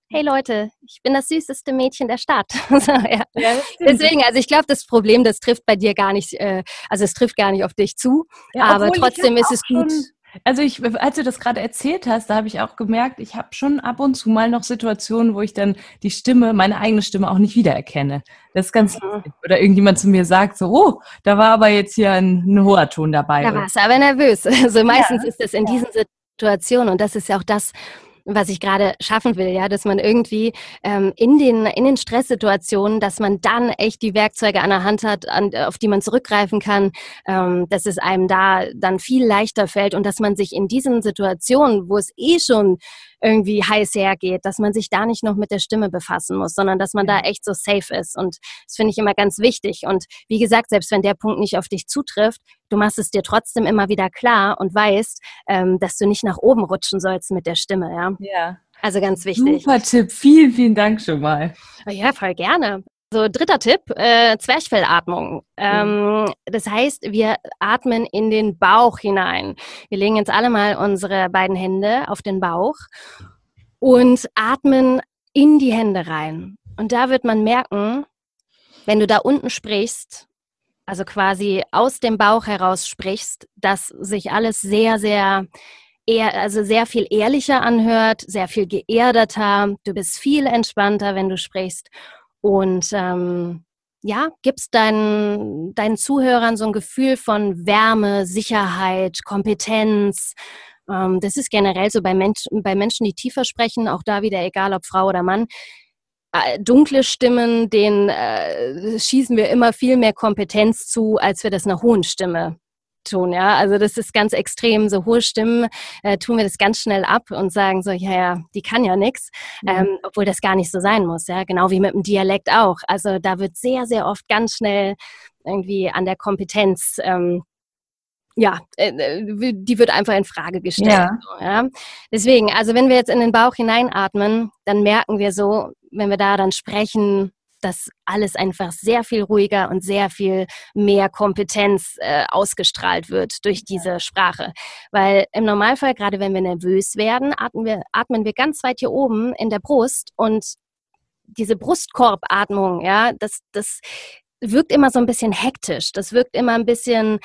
hey Leute, ich bin das süßeste Mädchen der Stadt. So, ja. Ja, deswegen, also ich glaube, das Problem, das trifft bei dir gar nicht, also es trifft gar nicht auf dich zu, ja, aber trotzdem ist es gut. Also als du das gerade erzählt hast, da habe ich auch gemerkt, ich habe schon ab und zu mal noch Situationen, wo ich dann die Stimme, meine eigene Stimme auch nicht wiedererkenne. Das ist ganz lustig. Oder irgendjemand zu mir sagt so, oh, da war aber jetzt hier ein hoher Ton dabei. Da warst du aber nervös. Also meistens ist es in diesen Situationen und das ist ja auch das, was ich gerade schaffen will, ja, dass man irgendwie in den Stresssituationen, dass man dann echt die Werkzeuge an der Hand hat, auf die man zurückgreifen kann, dass es einem da dann viel leichter fällt und dass man sich in diesen Situationen, wo es schon irgendwie heiß hergeht, dass man sich da nicht noch mit der Stimme befassen muss, sondern dass man da echt so safe ist. Und das finde ich immer ganz wichtig. Und wie gesagt, selbst wenn der Punkt nicht auf dich zutrifft, du machst es dir trotzdem immer wieder klar und weißt, dass du nicht nach oben rutschen sollst mit der Stimme. Ja. Ja. Also ganz wichtig. Super Tipp. Vielen, vielen Dank schon mal. Ja, voll gerne. So, 3. Tipp, Zwerchfellatmung. Das heißt, wir atmen in den Bauch hinein. Wir legen jetzt alle mal unsere beiden Hände auf den Bauch und atmen in die Hände rein. Und da wird man merken, wenn du da unten sprichst, also quasi aus dem Bauch heraus sprichst, dass sich alles sehr, sehr sehr viel ehrlicher anhört, sehr viel geerdeter. Du bist viel entspannter, wenn du sprichst. Und gibst deinen Zuhörern so ein Gefühl von Wärme, Sicherheit, Kompetenz. Das ist generell so bei Menschen, die tiefer sprechen, auch da wieder egal, ob Frau oder Mann. Dunkle Stimmen, denen schießen wir immer viel mehr Kompetenz zu, als wir das einer hohen Stimme tun, ja, also das ist ganz extrem, so hohe Stimmen tun wir das ganz schnell ab und sagen so, ja, die kann ja nichts, obwohl das gar nicht so sein muss, ja, genau wie mit dem Dialekt auch, also da wird sehr, sehr oft ganz schnell irgendwie an der Kompetenz, die wird einfach in Frage gestellt. Ja. So, ja. Deswegen, also wenn wir jetzt in den Bauch hineinatmen, dann merken wir so, wenn wir da dann sprechen, dass alles einfach sehr viel ruhiger und sehr viel mehr Kompetenz ausgestrahlt wird durch diese Sprache. Weil im Normalfall, gerade wenn wir nervös werden, atmen wir ganz weit hier oben in der Brust und diese Brustkorbatmung, ja, das wirkt immer so ein bisschen hektisch. Das wirkt immer ein bisschen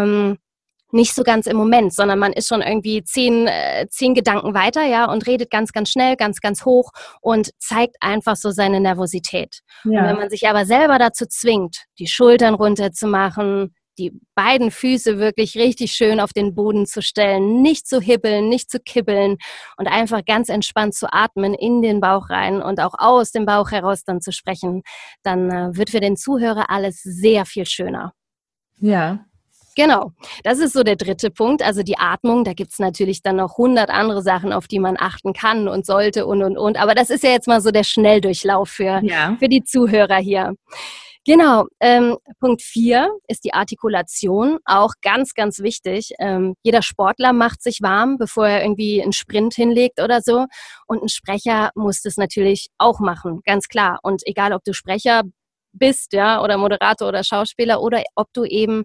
nicht so ganz im Moment, sondern man ist schon irgendwie 10 Gedanken weiter, ja, und redet ganz, ganz schnell, ganz, ganz hoch und zeigt einfach so seine Nervosität. Ja. Und wenn man sich aber selber dazu zwingt, die Schultern runterzumachen, die beiden Füße wirklich richtig schön auf den Boden zu stellen, nicht zu hibbeln, nicht zu kibbeln und einfach ganz entspannt zu atmen in den Bauch rein und auch aus dem Bauch heraus dann zu sprechen, dann wird für den Zuhörer alles sehr viel schöner. Ja. Genau, das ist so der 3. Punkt, also die Atmung. Da gibt's natürlich dann noch 100 andere Sachen, auf die man achten kann und sollte und. Aber das ist ja jetzt mal so der Schnelldurchlauf für die Zuhörer hier. Genau, Punkt 4 ist die Artikulation, auch ganz, ganz wichtig. Jeder Sportler macht sich warm, bevor er irgendwie einen Sprint hinlegt oder so. Und ein Sprecher muss das natürlich auch machen, ganz klar. Und egal, ob du Sprecher bist, ja, oder Moderator oder Schauspieler oder ob du eben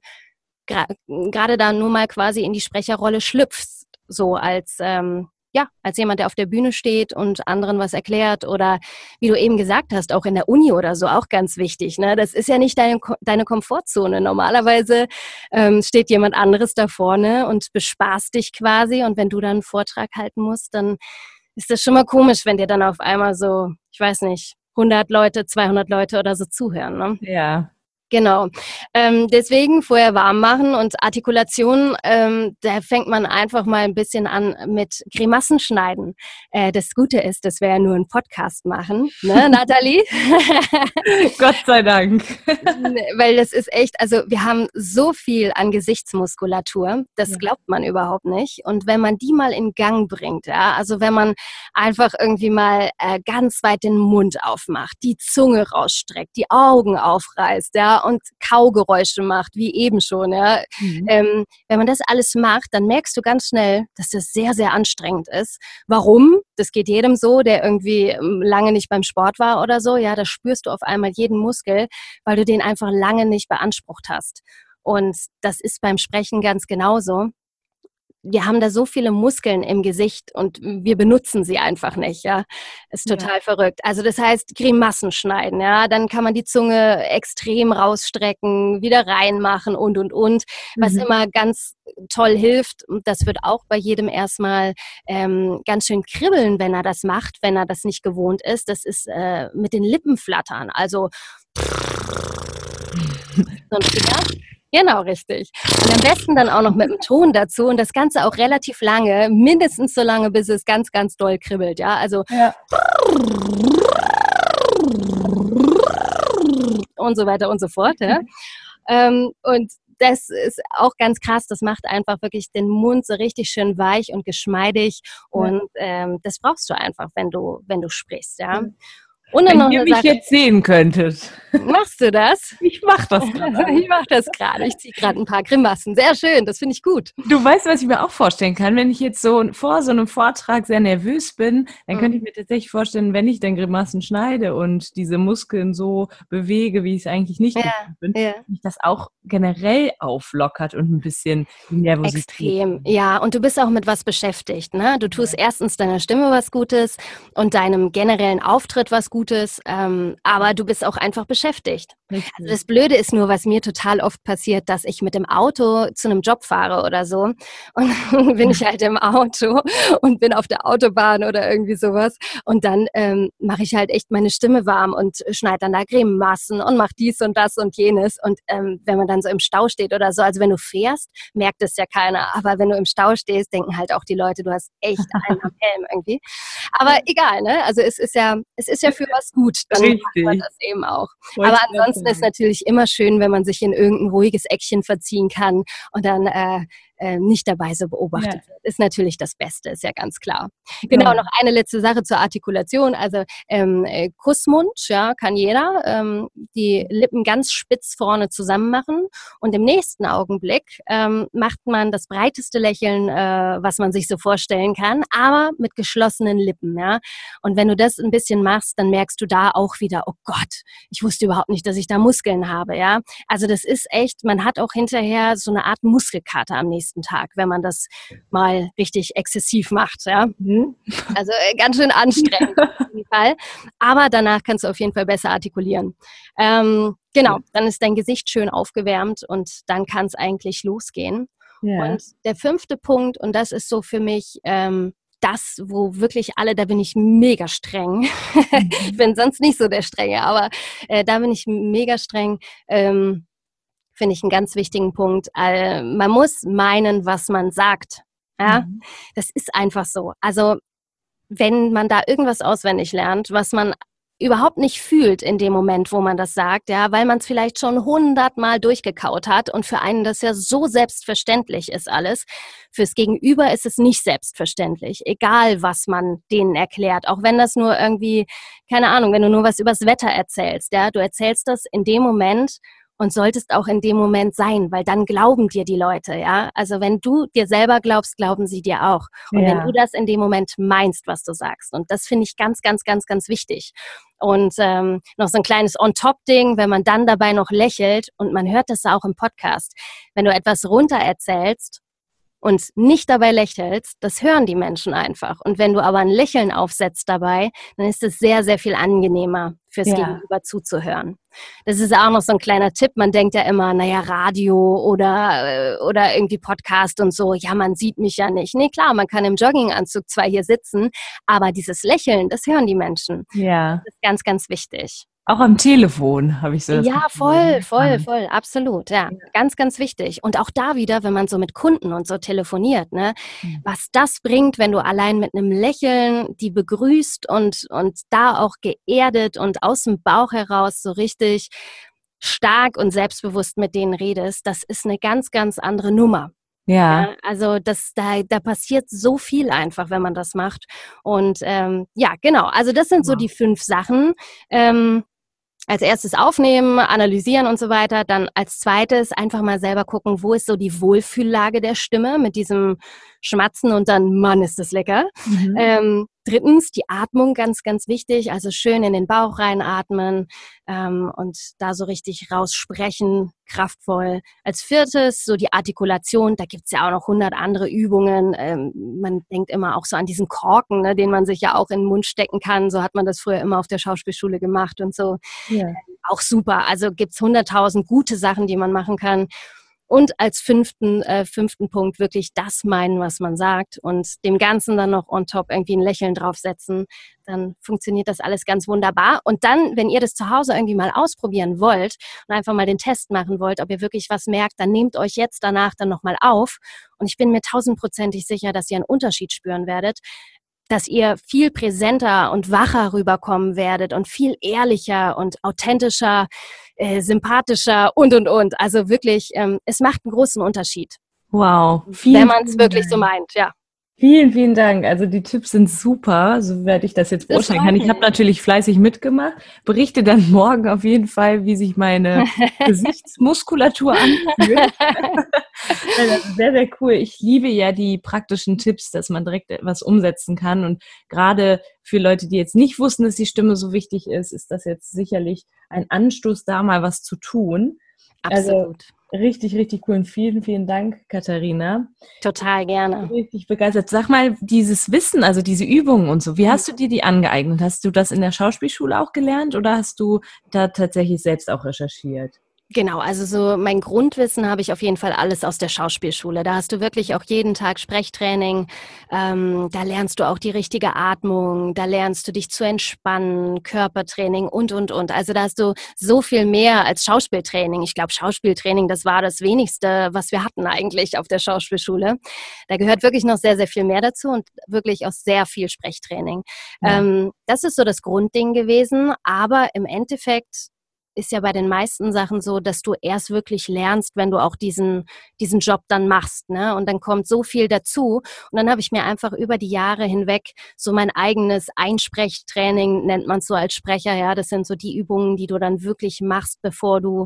gerade da nur mal quasi in die Sprecherrolle schlüpfst, so als jemand, der auf der Bühne steht und anderen was erklärt oder wie du eben gesagt hast, auch in der Uni oder so, auch ganz wichtig, ne? Das ist ja nicht deine Komfortzone. Normalerweise steht jemand anderes da vorne und bespaßt dich quasi und wenn du dann einen Vortrag halten musst, dann ist das schon mal komisch, wenn dir dann auf einmal so, ich weiß nicht, 100 Leute, 200 Leute oder so zuhören, ne? Ja. Genau. Deswegen vorher warm machen und Artikulation, da fängt man einfach mal ein bisschen an mit Grimassen schneiden. Das Gute ist, dass wir ja nur einen Podcast machen, ne, Nathalie? Gott sei Dank. Weil das ist echt, also wir haben so viel an Gesichtsmuskulatur, das glaubt man überhaupt nicht. Und wenn man die mal in Gang bringt, ja, also wenn man einfach irgendwie mal ganz weit den Mund aufmacht, die Zunge rausstreckt, die Augen aufreißt, ja, und Kaugeräusche macht, wie eben schon. Ja. Wenn man das alles macht, dann merkst du ganz schnell, dass das sehr, sehr anstrengend ist. Warum? Das geht jedem so, der irgendwie lange nicht beim Sport war oder so. Ja, da spürst du auf einmal jeden Muskel, weil du den einfach lange nicht beansprucht hast. Und das ist beim Sprechen ganz genauso. wir haben da so viele Muskeln im Gesicht und wir benutzen sie einfach nicht, ja. Ist total verrückt. Also das heißt, Grimassen schneiden, ja. Dann kann man die Zunge extrem rausstrecken, wieder reinmachen und. Was immer ganz toll hilft, und das wird auch bei jedem erstmal ganz schön kribbeln, wenn er das macht, wenn er das nicht gewohnt ist. Das ist mit den Lippen flattern. Also so ein Finger. Genau, richtig. Und am besten dann auch noch mit dem Ton dazu und das Ganze auch relativ lange, mindestens so lange, bis es ganz, ganz doll kribbelt, ja. Also und so weiter und so fort, ja. Und das ist auch ganz krass, das macht einfach wirklich den Mund so richtig schön weich und geschmeidig und das brauchst du einfach, wenn du sprichst, ja. Und dann wenn ihr mich jetzt sehen könntet. Machst du das? Ich mach das gerade. Ich mach das gerade. Ich ziehe gerade ein paar Grimassen. Sehr schön, das finde ich gut. Du weißt, was ich mir auch vorstellen kann? Wenn ich jetzt so vor so einem Vortrag sehr nervös bin, dann könnte ich mir tatsächlich vorstellen, wenn ich dann Grimassen schneide und diese Muskeln so bewege, wie ich es eigentlich nicht bin, mich das auch generell auflockert und ein bisschen die Nervosität. Extrem, ja. Und du bist auch mit was beschäftigt, ne? Du tust erstens deiner Stimme was Gutes und deinem generellen Auftritt was Gutes. Aber du bist auch einfach beschäftigt. Also das Blöde ist nur, was mir total oft passiert, dass ich mit dem Auto zu einem Job fahre oder so und dann bin ich halt im Auto und bin auf der Autobahn oder irgendwie sowas und dann mache ich halt echt meine Stimme warm und schneide dann da Grimassen und mache dies und das und jenes und wenn man dann so im Stau steht oder so, also wenn du fährst, merkt es ja keiner, aber wenn du im Stau stehst, denken halt auch die Leute, du hast echt einen am Helm irgendwie. Aber egal, ne? Also es ist ja für was gut, dann macht man das eben auch. Aber ansonsten ist natürlich immer schön, wenn man sich in irgendein ruhiges Eckchen verziehen kann und dann nicht dabei so beobachtet wird. Ist natürlich das Beste, ist ja ganz klar. Genau, noch eine letzte Sache zur Artikulation. Also Kussmund, ja, kann jeder. Die Lippen ganz spitz vorne zusammen machen und im nächsten Augenblick macht man das breiteste Lächeln, was man sich so vorstellen kann, aber mit geschlossenen Lippen, ja. Und wenn du das ein bisschen machst, dann merkst du da auch wieder, oh Gott, ich wusste überhaupt nicht, dass ich da Muskeln habe, ja. Also das ist echt, man hat auch hinterher so eine Art Muskelkater am nächsten Tag, wenn man das mal richtig exzessiv macht, ja. Also ganz schön anstrengend auf jeden Fall. Aber danach kannst du auf jeden Fall besser artikulieren. Genau, dann ist dein Gesicht schön aufgewärmt und dann kann es eigentlich losgehen. Und der 5. Punkt, und das ist so für mich das, wo wirklich alle, da bin ich mega streng. Ich bin sonst nicht so der Strenge, aber da bin ich mega streng. Finde ich einen ganz wichtigen Punkt. Man muss meinen, was man sagt. Ja? Das ist einfach so. Also wenn man da irgendwas auswendig lernt, was man überhaupt nicht fühlt in dem Moment, wo man das sagt, ja, weil man es vielleicht schon 100-mal durchgekaut hat und für einen das ja so selbstverständlich ist alles. Fürs Gegenüber ist es nicht selbstverständlich, egal was man denen erklärt, auch wenn das nur irgendwie, keine Ahnung, wenn du nur was übers Wetter erzählst, ja, du erzählst das in dem Moment und solltest auch in dem Moment sein, weil dann glauben dir die Leute, ja. Also wenn du dir selber glaubst, glauben sie dir auch. Und wenn du das in dem Moment meinst, was du sagst. Und das finde ich ganz, ganz, ganz, ganz wichtig. Und noch so ein kleines On-Top-Ding, wenn man dann dabei noch lächelt und man hört das auch im Podcast. Wenn du etwas runter erzählst und nicht dabei lächelst, das hören die Menschen einfach. Und wenn du aber ein Lächeln aufsetzt dabei, dann ist es sehr, sehr viel angenehmer fürs Gegenüber zuzuhören. Das ist auch noch so ein kleiner Tipp. Man denkt ja immer, naja, Radio oder irgendwie Podcast und so, ja, man sieht mich ja nicht. Nee, klar, man kann im Jogginganzug zwar hier sitzen, aber dieses Lächeln, das hören die Menschen. Ja. Das ist ganz, ganz wichtig. Auch am Telefon habe ich so. Ja, voll, absolut, ja. Ganz, ganz wichtig. Und auch da wieder, wenn man so mit Kunden und so telefoniert, ne, was das bringt, wenn du allein mit einem Lächeln die begrüßt und da auch geerdet und aus dem Bauch heraus so richtig stark und selbstbewusst mit denen redest, das ist eine ganz, ganz andere Nummer. Ja, also da passiert so viel einfach, wenn man das macht. Und ja, genau, also das sind so die 5 Sachen. Als erstes aufnehmen, analysieren und so weiter. Dann als zweites einfach mal selber gucken, wo ist so die Wohlfühllage der Stimme mit diesem Schmatzen und dann, Mann, ist das lecker. Drittens, die Atmung, ganz, ganz wichtig. Also schön in den Bauch reinatmen und da so richtig raussprechen, kraftvoll. Als viertes, so die Artikulation. Da gibt's ja auch noch 100 andere Übungen. Man denkt immer auch so an diesen Korken, ne, den man sich ja auch in den Mund stecken kann. So hat man das früher immer auf der Schauspielschule gemacht und so. Ja. Auch super. Also gibt's 100.000 gute Sachen, die man machen kann. Und als fünften Punkt wirklich das meinen, was man sagt und dem Ganzen dann noch on top irgendwie ein Lächeln draufsetzen, dann funktioniert das alles ganz wunderbar. Und dann, wenn ihr das zu Hause irgendwie mal ausprobieren wollt und einfach mal den Test machen wollt, ob ihr wirklich was merkt, dann nehmt euch jetzt danach dann nochmal auf. Und ich bin mir 1000%ig sicher, dass ihr einen Unterschied spüren werdet, dass ihr viel präsenter und wacher rüberkommen werdet und viel ehrlicher und authentischer, sympathischer und. Also wirklich, es macht einen großen Unterschied. Wow. Wenn man es wirklich so meint, ja. Vielen, vielen Dank. Also die Tipps sind super, so werde ich das jetzt beurteilen kann. Ich habe natürlich fleißig mitgemacht, berichte dann morgen auf jeden Fall, wie sich meine Gesichtsmuskulatur anfühlt. Das ist sehr, sehr cool. Ich liebe ja die praktischen Tipps, dass man direkt etwas umsetzen kann. Und gerade für Leute, die jetzt nicht wussten, dass die Stimme so wichtig ist das jetzt sicherlich ein Anstoß, da mal was zu tun. Absolut. Also, richtig, richtig cool. Und vielen, vielen Dank, Katharina. Total gerne. Richtig begeistert. Sag mal, dieses Wissen, also diese Übungen und so, wie hast du dir die angeeignet? Hast du das in der Schauspielschule auch gelernt oder hast du da tatsächlich selbst auch recherchiert? Genau, also so mein Grundwissen habe ich auf jeden Fall alles aus der Schauspielschule. Da hast du wirklich auch jeden Tag Sprechtraining, da lernst du auch die richtige Atmung, da lernst du dich zu entspannen, Körpertraining und. Also da hast du so viel mehr als Schauspieltraining. Ich glaube, Schauspieltraining, das war das Wenigste, was wir hatten eigentlich auf der Schauspielschule. Da gehört wirklich noch sehr, sehr viel mehr dazu und wirklich auch sehr viel Sprechtraining. Ja. Das ist so das Grundding gewesen, aber im Endeffekt ist ja bei den meisten Sachen so, dass du erst wirklich lernst, wenn du auch diesen Job dann machst, ne? Und dann kommt so viel dazu. Und dann habe ich mir einfach über die Jahre hinweg so mein eigenes Einsprechtraining, nennt man es so als Sprecher, ja. Das sind so die Übungen, die du dann wirklich machst, bevor du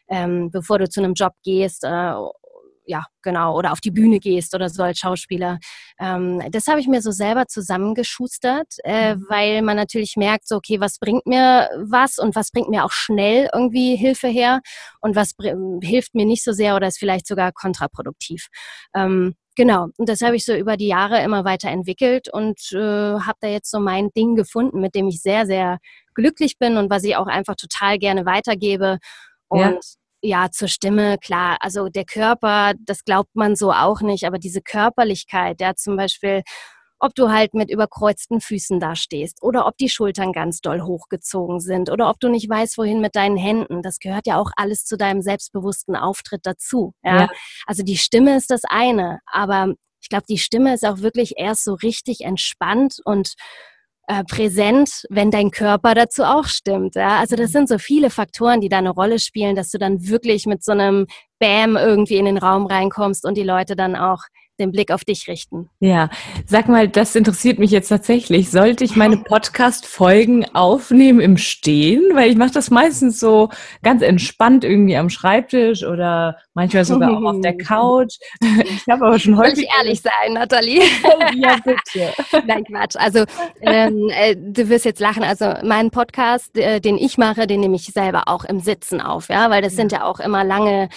zu einem Job gehst, ja, genau, oder auf die Bühne gehst oder so als Schauspieler. Das habe ich mir so selber zusammengeschustert, weil man natürlich merkt, so, okay, was bringt mir was und was bringt mir auch schnell irgendwie Hilfe her und was hilft mir nicht so sehr oder ist vielleicht sogar kontraproduktiv. Genau, und das habe ich so über die Jahre immer weiter entwickelt und habe da jetzt so mein Ding gefunden, mit dem ich sehr, sehr glücklich bin und was ich auch einfach total gerne weitergebe. Und ja, zur Stimme, klar, also der Körper, das glaubt man so auch nicht, aber diese Körperlichkeit, ja, zum Beispiel, ob du halt mit überkreuzten Füßen da stehst oder ob die Schultern ganz doll hochgezogen sind oder ob du nicht weißt, wohin mit deinen Händen, das gehört ja auch alles zu deinem selbstbewussten Auftritt dazu, ja. Also die Stimme ist das eine, aber ich glaube, die Stimme ist auch wirklich erst so richtig entspannt und präsent, wenn dein Körper dazu auch stimmt. Ja? Also das sind so viele Faktoren, die da eine Rolle spielen, dass du dann wirklich mit so einem Bam irgendwie in den Raum reinkommst und die Leute dann auch den Blick auf dich richten. Ja, sag mal, das interessiert mich jetzt tatsächlich. Sollte ich meine Podcast-Folgen aufnehmen im Stehen? Weil ich mache das meistens so ganz entspannt irgendwie am Schreibtisch oder manchmal sogar auch auf der Couch. Ich habe aber schon häufig... Soll ich ehrlich sein, Nathalie? Ja, bitte. Nein, Quatsch. Also du wirst jetzt lachen. Also meinen Podcast, den ich mache, den nehme ich selber auch im Sitzen auf, ja, weil das sind ja auch immer lange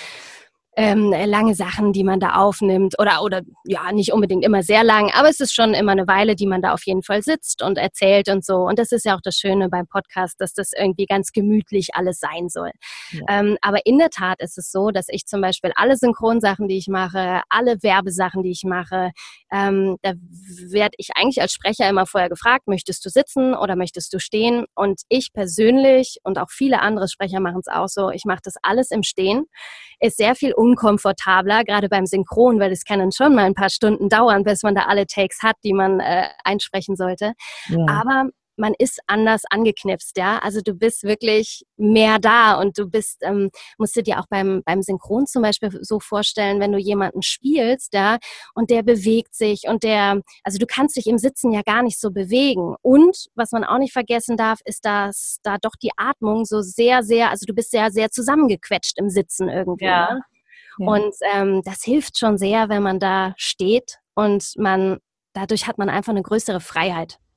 Sachen, die man da aufnimmt oder ja, nicht unbedingt immer sehr lang, aber es ist schon immer eine Weile, die man da auf jeden Fall sitzt und erzählt und so. Und das ist ja auch das Schöne beim Podcast, dass das irgendwie ganz gemütlich alles sein soll. Ja. Aber in der Tat ist es so, dass ich zum Beispiel alle Synchronsachen, die ich mache, alle Werbesachen, die ich mache, da werde ich eigentlich als Sprecher immer vorher gefragt, möchtest du sitzen oder möchtest du stehen? Und ich persönlich und auch viele andere Sprecher machen es auch so, ich mache das alles im Stehen. Ist sehr viel unkomfortabler, gerade beim Synchron, weil es kann dann schon mal ein paar Stunden dauern, bis man da alle Takes hat, die man einsprechen sollte. Ja. Aber man ist anders angeknipst, ja. Also du bist wirklich mehr da und du bist, musst du dir auch beim Synchron zum Beispiel so vorstellen, wenn du jemanden spielst, ja, und der bewegt sich und also du kannst dich im Sitzen ja gar nicht so bewegen. Und was man auch nicht vergessen darf, ist, dass da doch die Atmung so sehr, sehr, also du bist sehr, sehr zusammengequetscht im Sitzen irgendwie. Ja. Ne? Ja. Und das hilft schon sehr, wenn man da steht und dadurch hat man einfach eine größere Freiheit.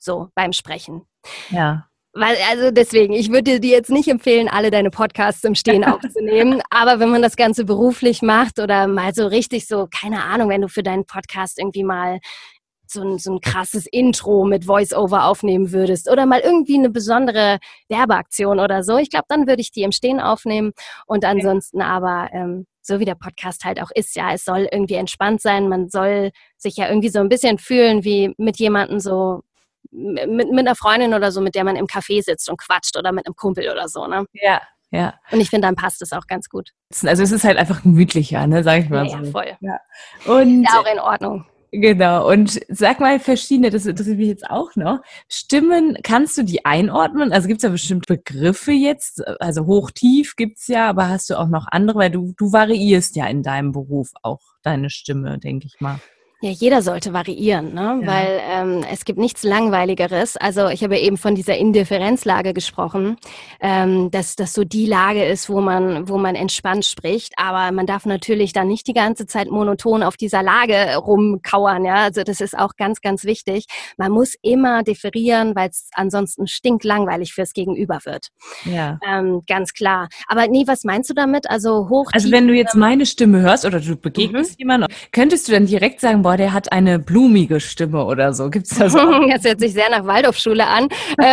so beim Sprechen. Ja. Weil, also deswegen, ich würde dir jetzt nicht empfehlen, alle deine Podcasts im Stehen aufzunehmen, aber wenn man das Ganze beruflich macht oder mal so richtig so, keine Ahnung, wenn du für deinen Podcast irgendwie mal so ein krasses Intro mit Voice-Over aufnehmen würdest oder mal irgendwie eine besondere Werbeaktion oder so, ich glaube, dann würde ich die im Stehen aufnehmen und ansonsten aber, so wie der Podcast halt auch ist, ja, es soll irgendwie entspannt sein, man soll sich ja irgendwie so ein bisschen fühlen wie mit jemandem so, mit einer Freundin oder so, mit der man im Café sitzt und quatscht oder mit einem Kumpel oder so, ne? Ja, ja. Und ich finde, dann passt es auch ganz gut. Also es ist halt einfach gemütlicher, ne, sag ich mal so. Ja, voll. Ja. Und ja, auch in Ordnung. genau. Und sag mal verschiedene, das interessiert mich jetzt auch noch. Stimmen, kannst du die einordnen? Also gibt's ja bestimmt Begriffe jetzt, also hoch, tief gibt's ja, aber hast du auch noch andere, weil du variierst ja in deinem Beruf auch deine Stimme, denke ich mal. Ja, jeder sollte variieren, ne? Ja. Weil es gibt nichts Langweiligeres. Also ich habe ja eben von dieser Indifferenzlage gesprochen, dass das so die Lage ist, wo man entspannt spricht. Aber man darf natürlich dann nicht die ganze Zeit monoton auf dieser Lage rumkauern. Ja, also das ist auch ganz, ganz wichtig. Man muss immer differieren, weil es ansonsten stinklangweilig fürs Gegenüber wird. Ja. Ganz klar. Aber nee, was meinst du damit? Also hoch. Also tief, wenn du jetzt meine Stimme hörst oder du begegnest jemandem, könntest du dann direkt sagen, boah, der hat eine blumige Stimme oder so. Gibt's da so? Das hört sich sehr nach Waldorfschule an.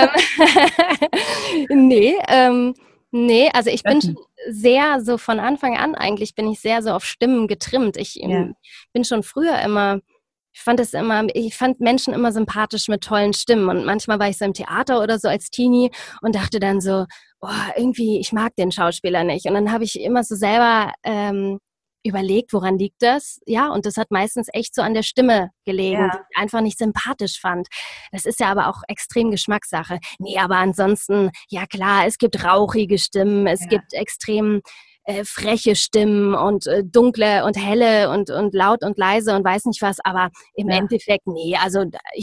Nee, also ich bin schon sehr so von Anfang an eigentlich, bin ich sehr so auf Stimmen getrimmt. Ich bin schon früher immer, ich fand Menschen immer sympathisch mit tollen Stimmen und manchmal war ich so im Theater oder so als Teenie und dachte dann so, oh, irgendwie, ich mag den Schauspieler nicht. Und dann habe ich immer so selber überlegt, woran liegt das? Ja, und das hat meistens echt so an der Stimme gelegen, die ich einfach nicht sympathisch fand. Das ist ja aber auch extrem Geschmackssache. Nee, aber ansonsten, ja klar, es gibt rauchige Stimmen, es gibt extrem freche Stimmen und dunkle und helle und laut und leise und weiß nicht was, aber im Endeffekt, nee, also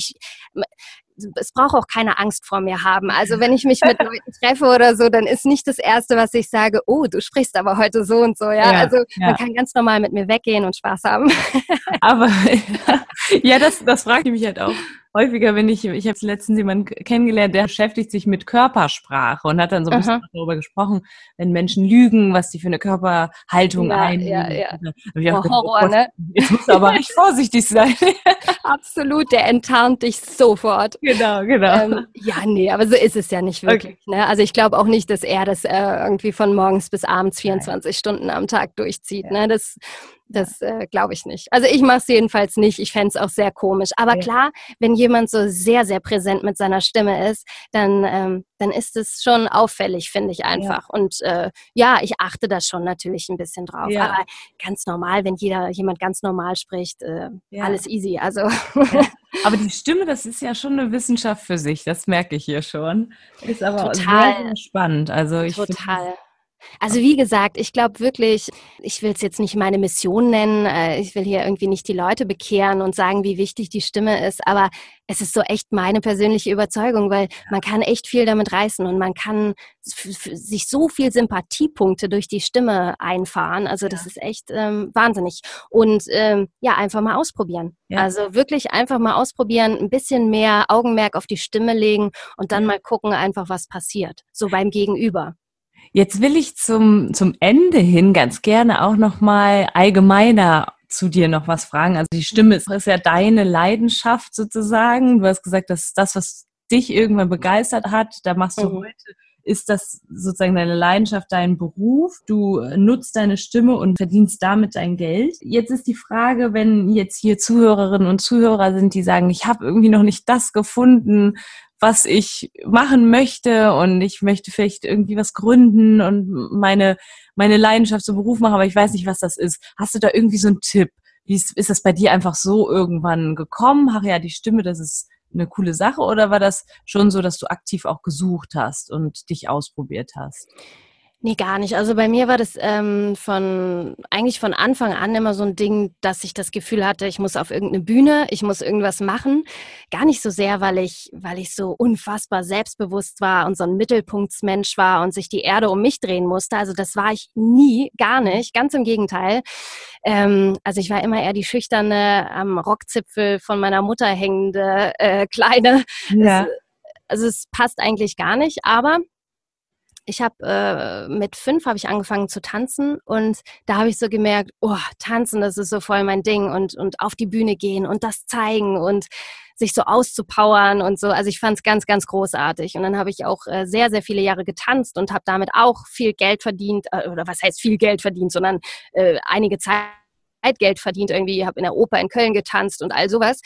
es braucht auch keine Angst vor mir haben. Also wenn ich mich mit Leuten treffe oder so, dann ist nicht das Erste, was ich sage, oh, du sprichst aber heute so und so. Ja, also man kann ganz normal mit mir weggehen und Spaß haben. Aber ja, das frage ich mich halt auch häufiger, wenn ich habe letztens jemanden kennengelernt, der beschäftigt sich mit Körpersprache und hat dann so ein bisschen darüber gesprochen, wenn Menschen lügen, was die für eine Körperhaltung einnehmen. Ja. Horror, ne? Jetzt musst du aber nicht vorsichtig sein. Absolut, der enttarnt dich sofort. Genau. Ja, nee, aber so ist es ja nicht wirklich. Okay. Ne? Also ich glaube auch nicht, dass er das irgendwie von morgens bis abends 24 Stunden am Tag durchzieht. Ne? Das glaube ich nicht. Also ich mache es jedenfalls nicht. Ich fände es auch sehr komisch. Aber klar, wenn jemand so sehr, sehr präsent mit seiner Stimme ist, dann ist es schon auffällig, finde ich einfach. Und ich achte da schon natürlich ein bisschen drauf. Ja. Aber ganz normal, wenn jemand ganz normal spricht, alles easy. Also. Ja. Aber die Stimme, das ist ja schon eine Wissenschaft für sich. Das merke ich hier schon. Ist aber sehr, sehr spannend. Also Total. Also wie gesagt, ich glaube wirklich, ich will es jetzt nicht meine Mission nennen, ich will hier irgendwie nicht die Leute bekehren und sagen, wie wichtig die Stimme ist, aber es ist so echt meine persönliche Überzeugung, weil man kann echt viel damit reißen und man kann sich so viel Sympathiepunkte durch die Stimme einfahren, also das ist echt wahnsinnig und einfach mal ausprobieren. Ja. Also wirklich einfach mal ausprobieren, ein bisschen mehr Augenmerk auf die Stimme legen und dann mal gucken einfach, was passiert, so beim Gegenüber. Jetzt will ich zum Ende hin ganz gerne auch noch mal allgemeiner zu dir noch was fragen. Also die Stimme ist ja deine Leidenschaft sozusagen. Du hast gesagt, dass das, was dich irgendwann begeistert hat, da machst du heute, ist das sozusagen deine Leidenschaft, dein Beruf. Du nutzt deine Stimme und verdienst damit dein Geld. Jetzt ist die Frage, wenn jetzt hier Zuhörerinnen und Zuhörer sind, die sagen, ich habe irgendwie noch nicht das gefunden, was ich machen möchte und ich möchte vielleicht irgendwie was gründen und meine Leidenschaft zum Beruf machen, aber ich weiß nicht, was das ist. Hast du da irgendwie so einen Tipp? Ist das bei dir einfach so irgendwann gekommen? Ach ja, die Stimme, das ist eine coole Sache, oder war das schon so, dass du aktiv auch gesucht hast und dich ausprobiert hast? Nee, gar nicht. Also bei mir war das eigentlich von Anfang an immer so ein Ding, dass ich das Gefühl hatte, ich muss auf irgendeine Bühne, ich muss irgendwas machen. Gar nicht so sehr, weil ich so unfassbar selbstbewusst war und so ein Mittelpunktsmensch war und sich die Erde um mich drehen musste. Also das war ich nie, gar nicht. Ganz im Gegenteil. Also ich war immer eher die schüchterne, am Rockzipfel von meiner Mutter hängende Kleine. Ja. Also es passt eigentlich gar nicht, aber ich habe mit 5 habe ich angefangen zu tanzen und da habe ich so gemerkt, oh, tanzen, das ist so voll mein Ding und auf die Bühne gehen und das zeigen und sich so auszupowern und so. Also ich fand es ganz, ganz großartig. Und dann habe ich auch sehr, sehr viele Jahre getanzt und habe damit auch viel Geld verdient, oder was heißt viel Geld verdient, sondern einige Zeit Geld verdient irgendwie, habe in der Oper in Köln getanzt und all sowas.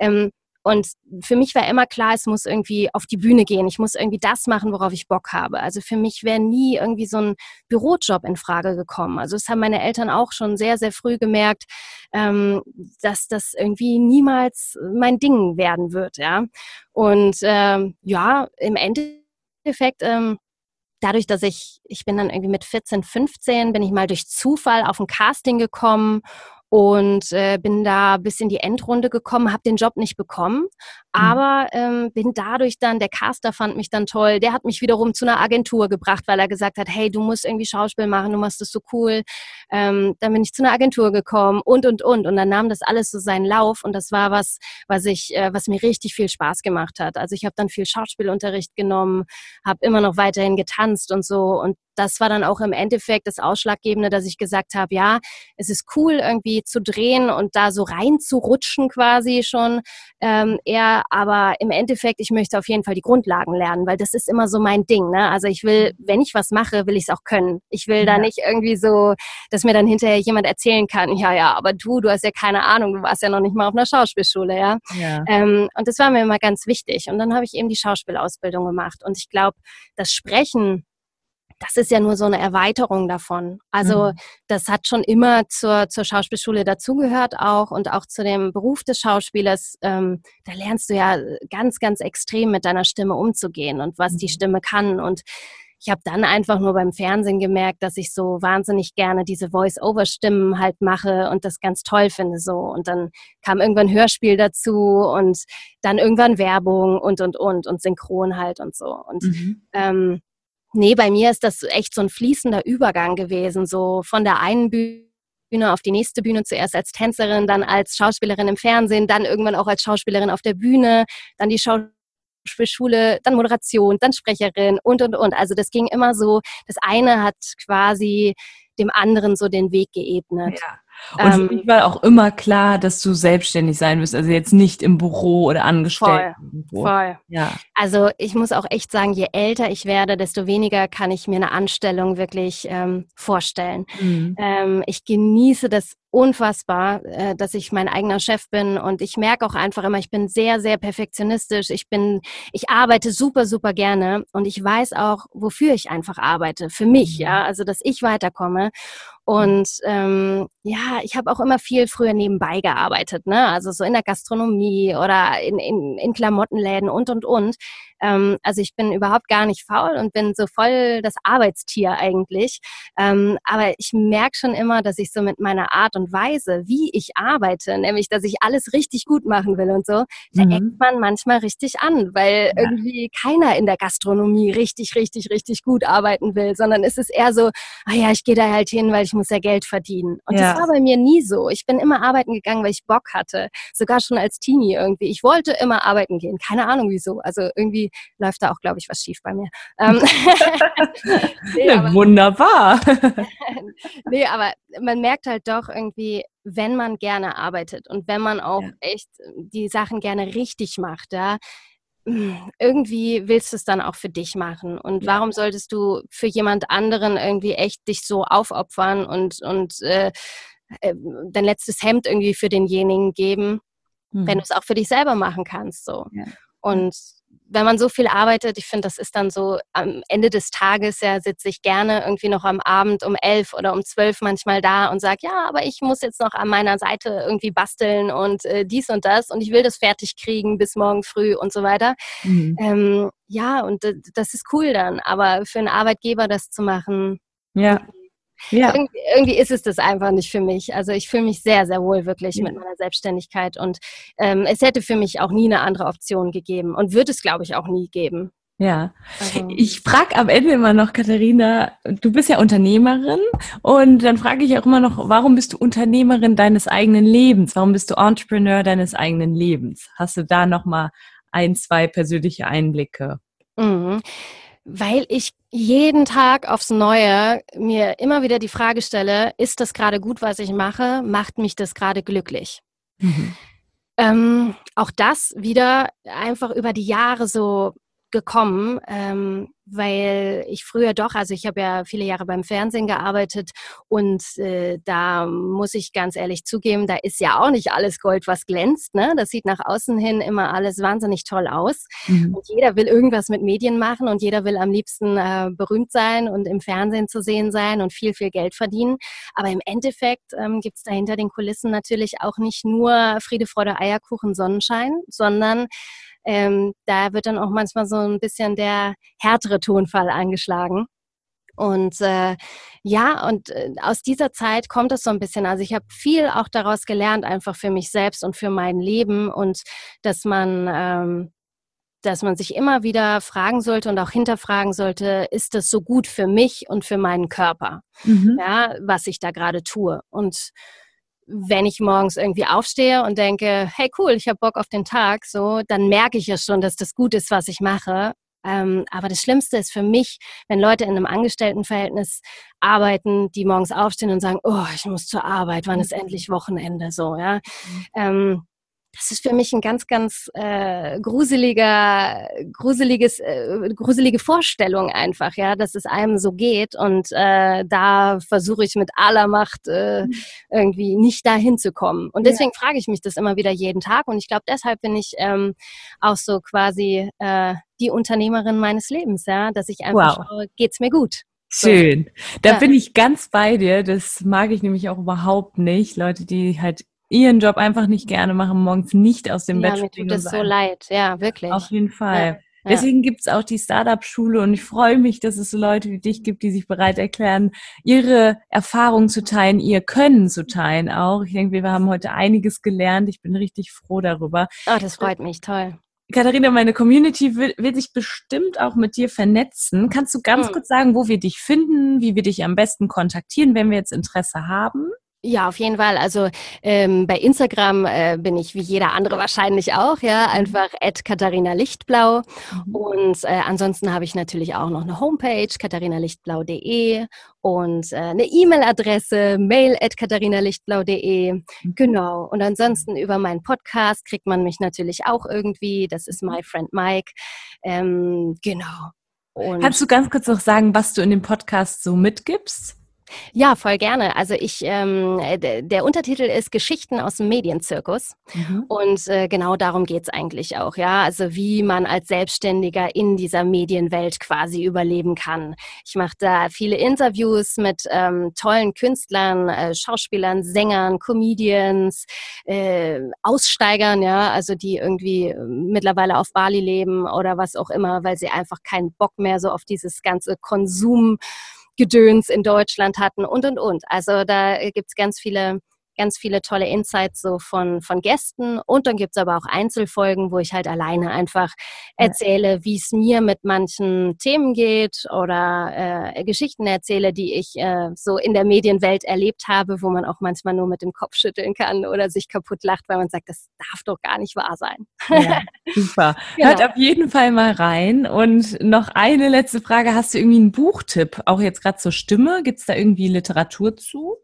Und für mich war immer klar, es muss irgendwie auf die Bühne gehen. Ich muss irgendwie das machen, worauf ich Bock habe. Also für mich wäre nie irgendwie so ein Bürojob in Frage gekommen. Also das haben meine Eltern auch schon sehr, sehr früh gemerkt, dass das irgendwie niemals mein Ding werden wird. Ja. Und ja, im Endeffekt dadurch, dass ich bin dann irgendwie mit 14, 15, bin ich mal durch Zufall auf ein Casting gekommen und bin da bis in die Endrunde gekommen, habe den Job nicht bekommen, aber bin dadurch dann, der Caster fand mich dann toll, der hat mich wiederum zu einer Agentur gebracht, weil er gesagt hat, hey, du musst irgendwie Schauspiel machen, du machst das so cool. Dann bin ich zu einer Agentur gekommen und dann nahm das alles so seinen Lauf und das war was mir richtig viel Spaß gemacht hat. Also ich habe dann viel Schauspielunterricht genommen, habe immer noch weiterhin getanzt und so und das war dann auch im Endeffekt das Ausschlaggebende, dass ich gesagt habe, ja, es ist cool irgendwie zu drehen und da so reinzurutschen quasi schon eher, aber im Endeffekt, ich möchte auf jeden Fall die Grundlagen lernen, weil das ist immer so mein Ding, ne? Also ich will, wenn ich was mache, will ich es auch können. Ich will da nicht irgendwie so, dass mir dann hinterher jemand erzählen kann, ja, aber du hast ja keine Ahnung, du warst ja noch nicht mal auf einer Schauspielschule, ja. Und das war mir immer ganz wichtig. Und dann habe ich eben die Schauspielausbildung gemacht und ich glaube, das Sprechen, das ist ja nur so eine Erweiterung davon. Also das hat schon immer zur Schauspielschule dazugehört auch und auch zu dem Beruf des Schauspielers. Da lernst du ja ganz, ganz extrem mit deiner Stimme umzugehen und was die Stimme kann. Und ich habe dann einfach nur beim Fernsehen gemerkt, dass ich so wahnsinnig gerne diese Voice-over-Stimmen halt mache und das ganz toll finde so. Und dann kam irgendwann Hörspiel dazu und dann irgendwann Werbung und Synchron halt und so. Und nee, bei mir ist das echt so ein fließender Übergang gewesen, so von der einen Bühne auf die nächste Bühne, zuerst als Tänzerin, dann als Schauspielerin im Fernsehen, dann irgendwann auch als Schauspielerin auf der Bühne, dann die Schauspielschule, dann Moderation, dann Sprecherin und. Also das ging immer so, das eine hat quasi dem anderen so den Weg geebnet. Ja. Und für mich war auch immer klar, dass du selbstständig sein wirst, also jetzt nicht im Büro oder angestellt. Voll. Ja. Also ich muss auch echt sagen, je älter ich werde, desto weniger kann ich mir eine Anstellung wirklich vorstellen. Ich genieße das unfassbar, dass ich mein eigener Chef bin und ich merke auch einfach immer, ich bin sehr, sehr perfektionistisch. Ich arbeite super, super gerne und ich weiß auch, wofür ich einfach arbeite. Für mich, ja, also dass ich weiterkomme. Und ja, ich habe auch immer viel früher nebenbei gearbeitet, ne? Also so in der Gastronomie oder in Klamottenläden und. Also ich bin überhaupt gar nicht faul und bin so voll das Arbeitstier eigentlich. Aber ich merke schon immer, dass ich so mit meiner Art und Weise, wie ich arbeite, nämlich, dass ich alles richtig gut machen will und so, da eckt man manchmal richtig an, weil irgendwie keiner in der Gastronomie richtig, richtig, richtig gut arbeiten will, sondern es ist eher so, ja, ich gehe da halt hin, weil ich muss ja Geld verdienen. Und das war bei mir nie so. Ich bin immer arbeiten gegangen, weil ich Bock hatte. Sogar schon als Teenie irgendwie. Ich wollte immer arbeiten gehen. Keine Ahnung wieso. Also irgendwie läuft da auch, glaube ich, was schief bei mir. Nee, wunderbar. Nee, aber man merkt halt doch irgendwie, wenn man gerne arbeitet und wenn man auch echt die Sachen gerne richtig macht, ja, irgendwie willst du es dann auch für dich machen. Und warum solltest du für jemand anderen irgendwie echt dich so aufopfern und dein letztes Hemd irgendwie für denjenigen geben, wenn du es auch für dich selber machen kannst, so. Ja. Und wenn man so viel arbeitet, ich finde, das ist dann so, am Ende des Tages sitze ich gerne irgendwie noch am Abend um 11 oder um 12 manchmal da und sage, ja, aber ich muss jetzt noch an meiner Seite irgendwie basteln und dies und das und ich will das fertig kriegen bis morgen früh und so weiter. Ja, und das ist cool dann, aber für einen Arbeitgeber das zu machen, Ja. Ja. Irgendwie ist es das einfach nicht für mich. Also ich fühle mich sehr, sehr wohl wirklich mit meiner Selbstständigkeit und es hätte für mich auch nie eine andere Option gegeben und wird es, glaube ich, auch nie geben. Ja, ich frage am Ende immer noch, Katharina, du bist ja Unternehmerin und dann frage ich auch immer noch, warum bist du Unternehmerin deines eigenen Lebens? Warum bist du Entrepreneur deines eigenen Lebens? Hast du da nochmal 1, 2 persönliche Einblicke? Mhm. Weil ich jeden Tag aufs Neue mir immer wieder die Frage stelle, ist das gerade gut, was ich mache? Macht mich das gerade glücklich? Mhm. Auch das wieder einfach über die Jahre so gekommen, weil ich früher also ich habe ja viele Jahre beim Fernsehen gearbeitet und da muss ich ganz ehrlich zugeben, da ist ja auch nicht alles Gold, was glänzt, ne? Das sieht nach außen hin immer alles wahnsinnig toll aus Mhm. und jeder will irgendwas mit Medien machen und jeder will am liebsten berühmt sein und im Fernsehen zu sehen sein und viel, viel Geld verdienen, aber im Endeffekt gibt es da hinter den Kulissen natürlich auch nicht nur Friede, Freude, Eierkuchen, Sonnenschein, sondern da wird dann auch manchmal so ein bisschen der härtere Tonfall angeschlagen. Und aus dieser Zeit kommt es so ein bisschen. Also ich habe viel auch daraus gelernt, einfach für mich selbst und für mein Leben und dass man sich immer wieder fragen sollte und auch hinterfragen sollte, ist das so gut für mich und für meinen Körper, Mhm. ja, was ich da gerade tue. Und wenn ich morgens irgendwie aufstehe und denke, hey cool, ich habe Bock auf den Tag, so, dann merke ich ja schon, dass das gut ist, was ich mache. Aber das Schlimmste ist für mich, wenn Leute in einem Angestelltenverhältnis arbeiten, die morgens aufstehen und sagen, oh, ich muss zur Arbeit, wann ist endlich Wochenende, so, ja. Das ist für mich ein ganz, ganz gruselige Vorstellung einfach, ja, dass es einem so geht und da versuche ich mit aller Macht irgendwie nicht dahin zu kommen. Und deswegen frage ich mich das immer wieder jeden Tag und ich glaube, deshalb bin ich auch so quasi die Unternehmerin meines Lebens, ja, dass ich einfach schaue, geht's mir gut? Schön. Da Ja. bin ich ganz bei dir. Das mag ich nämlich auch überhaupt nicht. Leute, die halt ihren Job einfach nicht gerne machen, morgens nicht aus dem Bett Ja, mir springen tut und es so sagen, leid. Ja, auf wirklich. jeden Ja, Fall. ja. Deswegen gibt's auch die Startup-Schule und ich freue mich, dass es so Leute wie dich gibt, die sich bereit erklären, ihre Erfahrungen zu teilen, ihr Können zu teilen auch. Ich denke, wir haben heute einiges gelernt. Ich bin richtig froh darüber. Oh, das freut mich, toll. Katharina, meine Community will sich bestimmt auch mit dir vernetzen. Kannst du ganz kurz sagen, wo wir dich finden, wie wir dich am besten kontaktieren, wenn wir jetzt Interesse haben? Ja, auf jeden Fall. Also bei Instagram bin ich wie jeder andere wahrscheinlich auch, ja, einfach @Katharina-Lichtblau. Mhm. Und ansonsten habe ich natürlich auch noch eine Homepage, katharinalichtblau.de und eine E-Mail-Adresse, mail@katharinalichtblau.de. Genau. Und ansonsten über meinen Podcast kriegt man mich natürlich auch irgendwie. Das ist My Friend Mike. Genau. Kannst Und du ganz kurz noch sagen, was du in dem Podcast so mitgibst? ja, voll gerne. Also der Untertitel ist Geschichten aus dem Medienzirkus. Mhm. Und genau darum geht's eigentlich auch, ja. Also wie man als Selbstständiger in dieser Medienwelt quasi überleben kann. Ich mache da viele Interviews mit tollen Künstlern, Schauspielern, Sängern, Comedians, Aussteigern, ja, also die irgendwie mittlerweile auf Bali leben oder was auch immer, weil sie einfach keinen Bock mehr so auf dieses ganze Konsumgedöns in Deutschland hatten und. Also da gibt's ganz viele tolle Insights so von Gästen und dann gibt's aber auch Einzelfolgen, wo ich halt alleine einfach erzähle, wie es mir mit manchen Themen geht oder Geschichten erzähle, die ich so in der Medienwelt erlebt habe, wo man auch manchmal nur mit dem Kopf schütteln kann oder sich kaputt lacht, weil man sagt, das darf doch gar nicht wahr sein. Ja, super. Genau. Hört auf jeden Fall mal rein. Und noch eine letzte Frage. Hast du irgendwie einen Buchtipp? Auch jetzt gerade zur Stimme? Gibt's da irgendwie Literatur zu?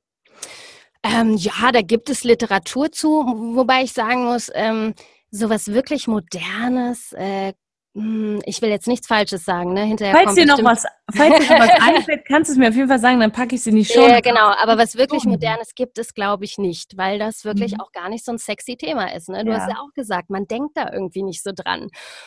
Ja, da gibt es Literatur zu, wobei ich sagen muss, sowas wirklich Modernes, ich will jetzt nichts Falsches sagen, ne? Hinterher Falls kommt dir noch bestimmt. was, falls dir noch was einfällt, kannst du es mir auf jeden Fall sagen, dann packe ich es in die Show. Ja, genau, aber was wirklich Modernes gibt es, glaube ich, nicht, weil das wirklich auch gar nicht so ein sexy Thema ist. Ne? Du hast ja auch gesagt, man denkt da irgendwie nicht so dran.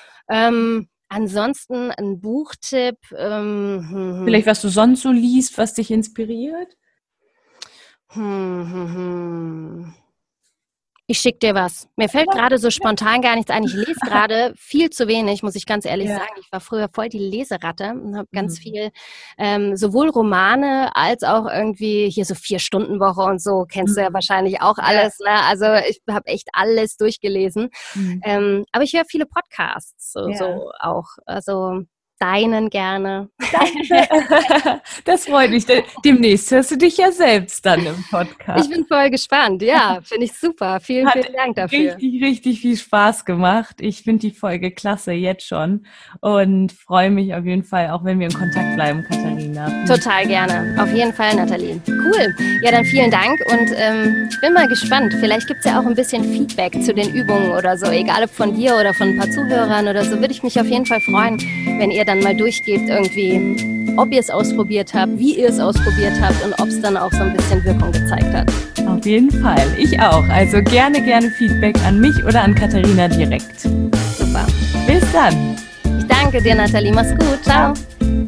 Ansonsten ein Buchtipp. Vielleicht, was du sonst so liest, was dich inspiriert? Ich schicke dir was. Mir fällt gerade so spontan gar nichts ein. Ich lese gerade viel zu wenig, muss ich ganz ehrlich sagen. Ich war früher voll die Leseratte und habe ganz viel, sowohl Romane als auch irgendwie hier so 4-Stunden-Woche und so, kennst du ja wahrscheinlich auch alles. Ne? Also ich habe echt alles durchgelesen. Aber ich höre viele Podcasts, so auch. Also deinen gerne. Danke. Das freut mich. Demnächst hörst du dich ja selbst dann im Podcast. Ich bin voll gespannt. Ja, finde ich super. Vielen Dank dafür. Richtig, richtig viel Spaß gemacht. Ich finde die Folge klasse jetzt schon und freue mich auf jeden Fall, auch wenn wir in Kontakt bleiben, Katharina. Total gerne. Auf jeden Fall, Nathalie. Cool. Ja, dann vielen Dank und ich bin mal gespannt. Vielleicht gibt es ja auch ein bisschen Feedback zu den Übungen oder so, egal ob von dir oder von ein paar Zuhörern oder so, würde ich mich auf jeden Fall freuen, wenn ihr dann mal durchgebt irgendwie, ob ihr es ausprobiert habt, wie ihr es ausprobiert habt und ob es dann auch so ein bisschen Wirkung gezeigt hat. Auf jeden Fall. Ich auch. Also gerne Feedback an mich oder an Katharina direkt. Super. Bis dann. Ich danke dir, Nathalie. Mach's gut. Ciao.